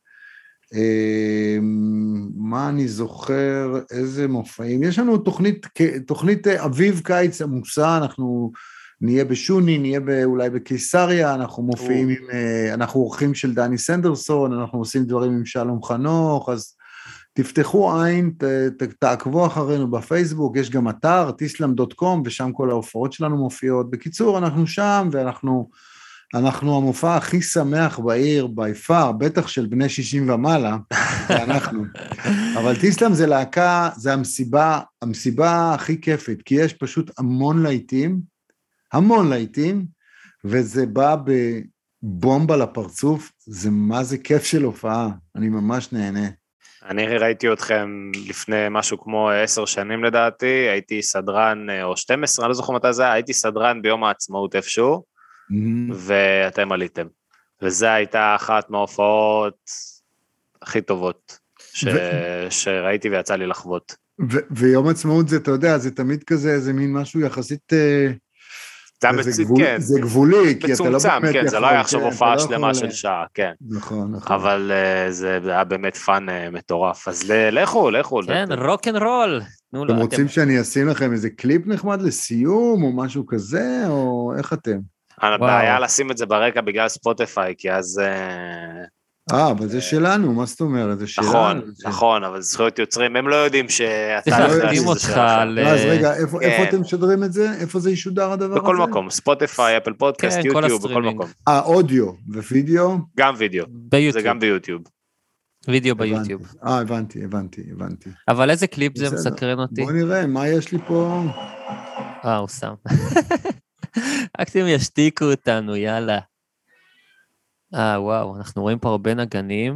[SPEAKER 6] מה אני זוכר, איזה מופעים, יש לנו תוכנית, תוכנית אביב קיץ עמוסה, אנחנו נהיה בשוני, נהיה אולי בקיסריה, אנחנו מופיעים עם, אנחנו אורחים של דני סנדרסון, אנחנו עושים דברים עם שלום חנוך, אז תפתחו עין, תעקבו אחרינו בפייסבוק, יש גם אתר, טיסלאם דוט קום, ושם כל ההופעות שלנו מופיעות. בקיצור, אנחנו שם, ואנחנו אנחנו המופע הכי שמח בעיר, ביפר, בטח של בני שישים ומעלה, זה אנחנו. אבל טיסלאם זה להקה, זה המסיבה, המסיבה הכי כיפית, כי יש פשוט המון להיטים, המון להיטים, וזה בא בבומבה לפרצוף, זה מה זה כיף של הופעה, אני ממש נהנה.
[SPEAKER 5] אני ראיתי אתכם לפני משהו כמו עשר שנים לדעתי, הייתי סדרן, או שתים עשרה, אני לא זוכר מתי זה, הייתי סדרן ביום העצמאות איפשהו, mm-hmm. ואתם עליתם. וזה הייתה אחת מההופעות הכי טובות ש... ו... שראיתי ויצא לי לחוות.
[SPEAKER 6] ו... ויום העצמאות זה, אתה יודע, זה תמיד כזה, זה מין משהו יחסית...
[SPEAKER 5] זה, זה, גבול,
[SPEAKER 6] כן. זה גבולי, כי אתה לא באמת
[SPEAKER 5] כן,
[SPEAKER 6] יכול...
[SPEAKER 5] זה לא היה עכשיו
[SPEAKER 6] כן,
[SPEAKER 5] הופעה
[SPEAKER 6] לא
[SPEAKER 5] שלמה של שעה, כן.
[SPEAKER 6] נכון, נכון.
[SPEAKER 5] אבל uh, זה היה באמת פאן uh, מטורף, אז לכו, לכו.
[SPEAKER 3] כן, רוק אנד רול.
[SPEAKER 6] אתם רוצים שאני אשים לכם איזה קליפ נחמד לסיום, או משהו כזה, או איך אתם?
[SPEAKER 5] הבעיה לשים את זה ברקע בגלל ספוטיפיי, כי אז...
[SPEAKER 6] אה, אבל זה שלנו, מה זאת אומרת? זה שלנו.
[SPEAKER 5] נכון, נכון, אבל זכויות יוצרים, הם לא יודעים שאתה...
[SPEAKER 3] לא יודעים אותך על...
[SPEAKER 6] אז רגע, איפה אתם משדרים את זה? איפה זה ישודר הדבר הזה?
[SPEAKER 5] בכל מקום, ספוטיפיי, אפל פודקאסט, יוטיוב, בכל מקום.
[SPEAKER 6] אה, אודיו ווידאו?
[SPEAKER 5] גם וידאו, זה גם ביוטיוב.
[SPEAKER 3] וידאו ביוטיוב.
[SPEAKER 6] אה, הבנתי, הבנתי, הבנתי.
[SPEAKER 3] אבל איזה קליפ זה מסקרן אותי?
[SPEAKER 6] בוא נראה, מה יש לי פה?
[SPEAKER 3] אה, הוא שם. רק אם ישתיקו אותנו, יאללה. אה, וואו, אנחנו רואים פה הרבה נגנים,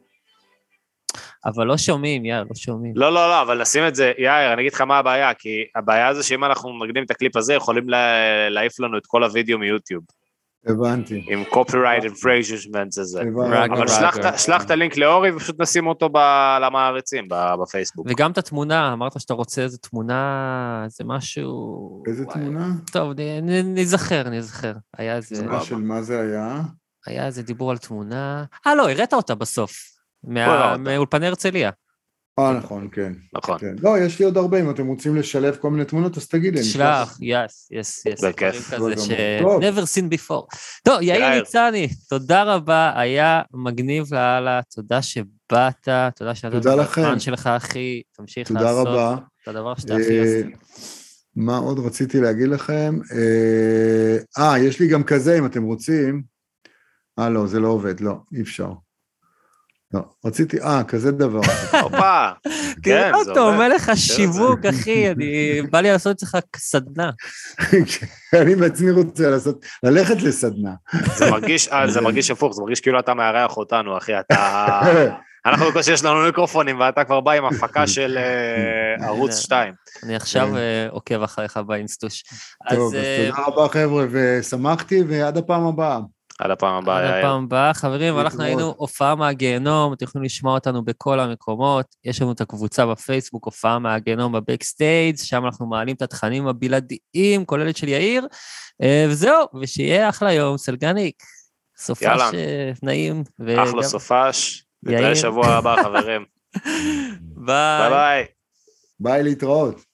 [SPEAKER 3] אבל לא שומעים, יאיר, לא שומעים.
[SPEAKER 5] לא, לא, לא, אבל נשים את זה, יאיר, אני אגיד לך מה הבעיה, כי הבעיה זה שאם אנחנו מגנים את הקליפ הזה, יכולים להעיף לנו את כל הוידאו מיוטיוב.
[SPEAKER 6] הבנתי.
[SPEAKER 5] עם copyright infringements הזה.
[SPEAKER 6] הבנתי.
[SPEAKER 5] אבל שלח את הלינק לאורי, ופשוט נשים אותו למעריצים בפייסבוק.
[SPEAKER 3] וגם את התמונה, אמרת שאתה רוצה איזה תמונה, זה משהו...
[SPEAKER 6] איזה תמונה?
[SPEAKER 3] טוב, נזכר, נזכר. היה איזה...
[SPEAKER 6] של מה זה היה?
[SPEAKER 3] היה איזה דיבור על תמונה... אה, לא, הראת אותה בסוף. מאולפני הרצליה.
[SPEAKER 6] אה, נכון, כן.
[SPEAKER 5] נכון.
[SPEAKER 6] לא, יש לי עוד הרבה, אם אתם רוצים לשלב כל מיני תמונות, אז תגיד לי.
[SPEAKER 3] שלח, יס, יס, יס.
[SPEAKER 5] בכיף.
[SPEAKER 3] כזה ש... never seen before. טוב, יאיר ניצני, תודה רבה, היה מגניב להלאה, תודה שבאת, תודה שנתת את הזמן שלך, אחי, תמשיך לעשות את הדבר שאתה הכי עשית.
[SPEAKER 6] מה עוד רציתי להגיד לכם? אה, יש לי גם כזה, אם אתם רוצים. אה, לא, זה לא עובד, לא, אי אפשר. לא, רציתי, אה, כזה דבר.
[SPEAKER 5] הופה, כן,
[SPEAKER 3] זה עובד. אתה מלך השיווק, אחי, אני, בא לי לעשות אצלך סדנה.
[SPEAKER 6] אני בעצמי רוצה לעשות, ללכת לסדנה.
[SPEAKER 5] זה מרגיש הפוך, זה מרגיש כאילו אתה מארח אותנו, אחי, אתה... אנחנו בקושי יש לנו מיקרופונים, ואתה כבר בא עם הפקה של ערוץ שתיים.
[SPEAKER 3] אני עכשיו עוקב אחריך באינסטוש.
[SPEAKER 6] טוב, אז תודה רבה חבר'ה, ושמחתי, ועד הפעם הבאה.
[SPEAKER 5] עד הפעם הבאה.
[SPEAKER 3] עד הפעם הבאה, חברים, אנחנו היינו הופעה מהגיהנום, אתם יכולים לשמוע אותנו בכל המקומות, יש לנו את הקבוצה בפייסבוק, הופעה מהגיהנום בבקסטייג', שם אנחנו מעלים את התכנים הבלעדיים, כוללת של יאיר, וזהו, ושיהיה אחלה יום, סלגניק, סופש נעים.
[SPEAKER 5] אחלה סופש, נתראה שבוע הבא, חברים.
[SPEAKER 3] ביי.
[SPEAKER 5] ביי.
[SPEAKER 6] ביי להתראות.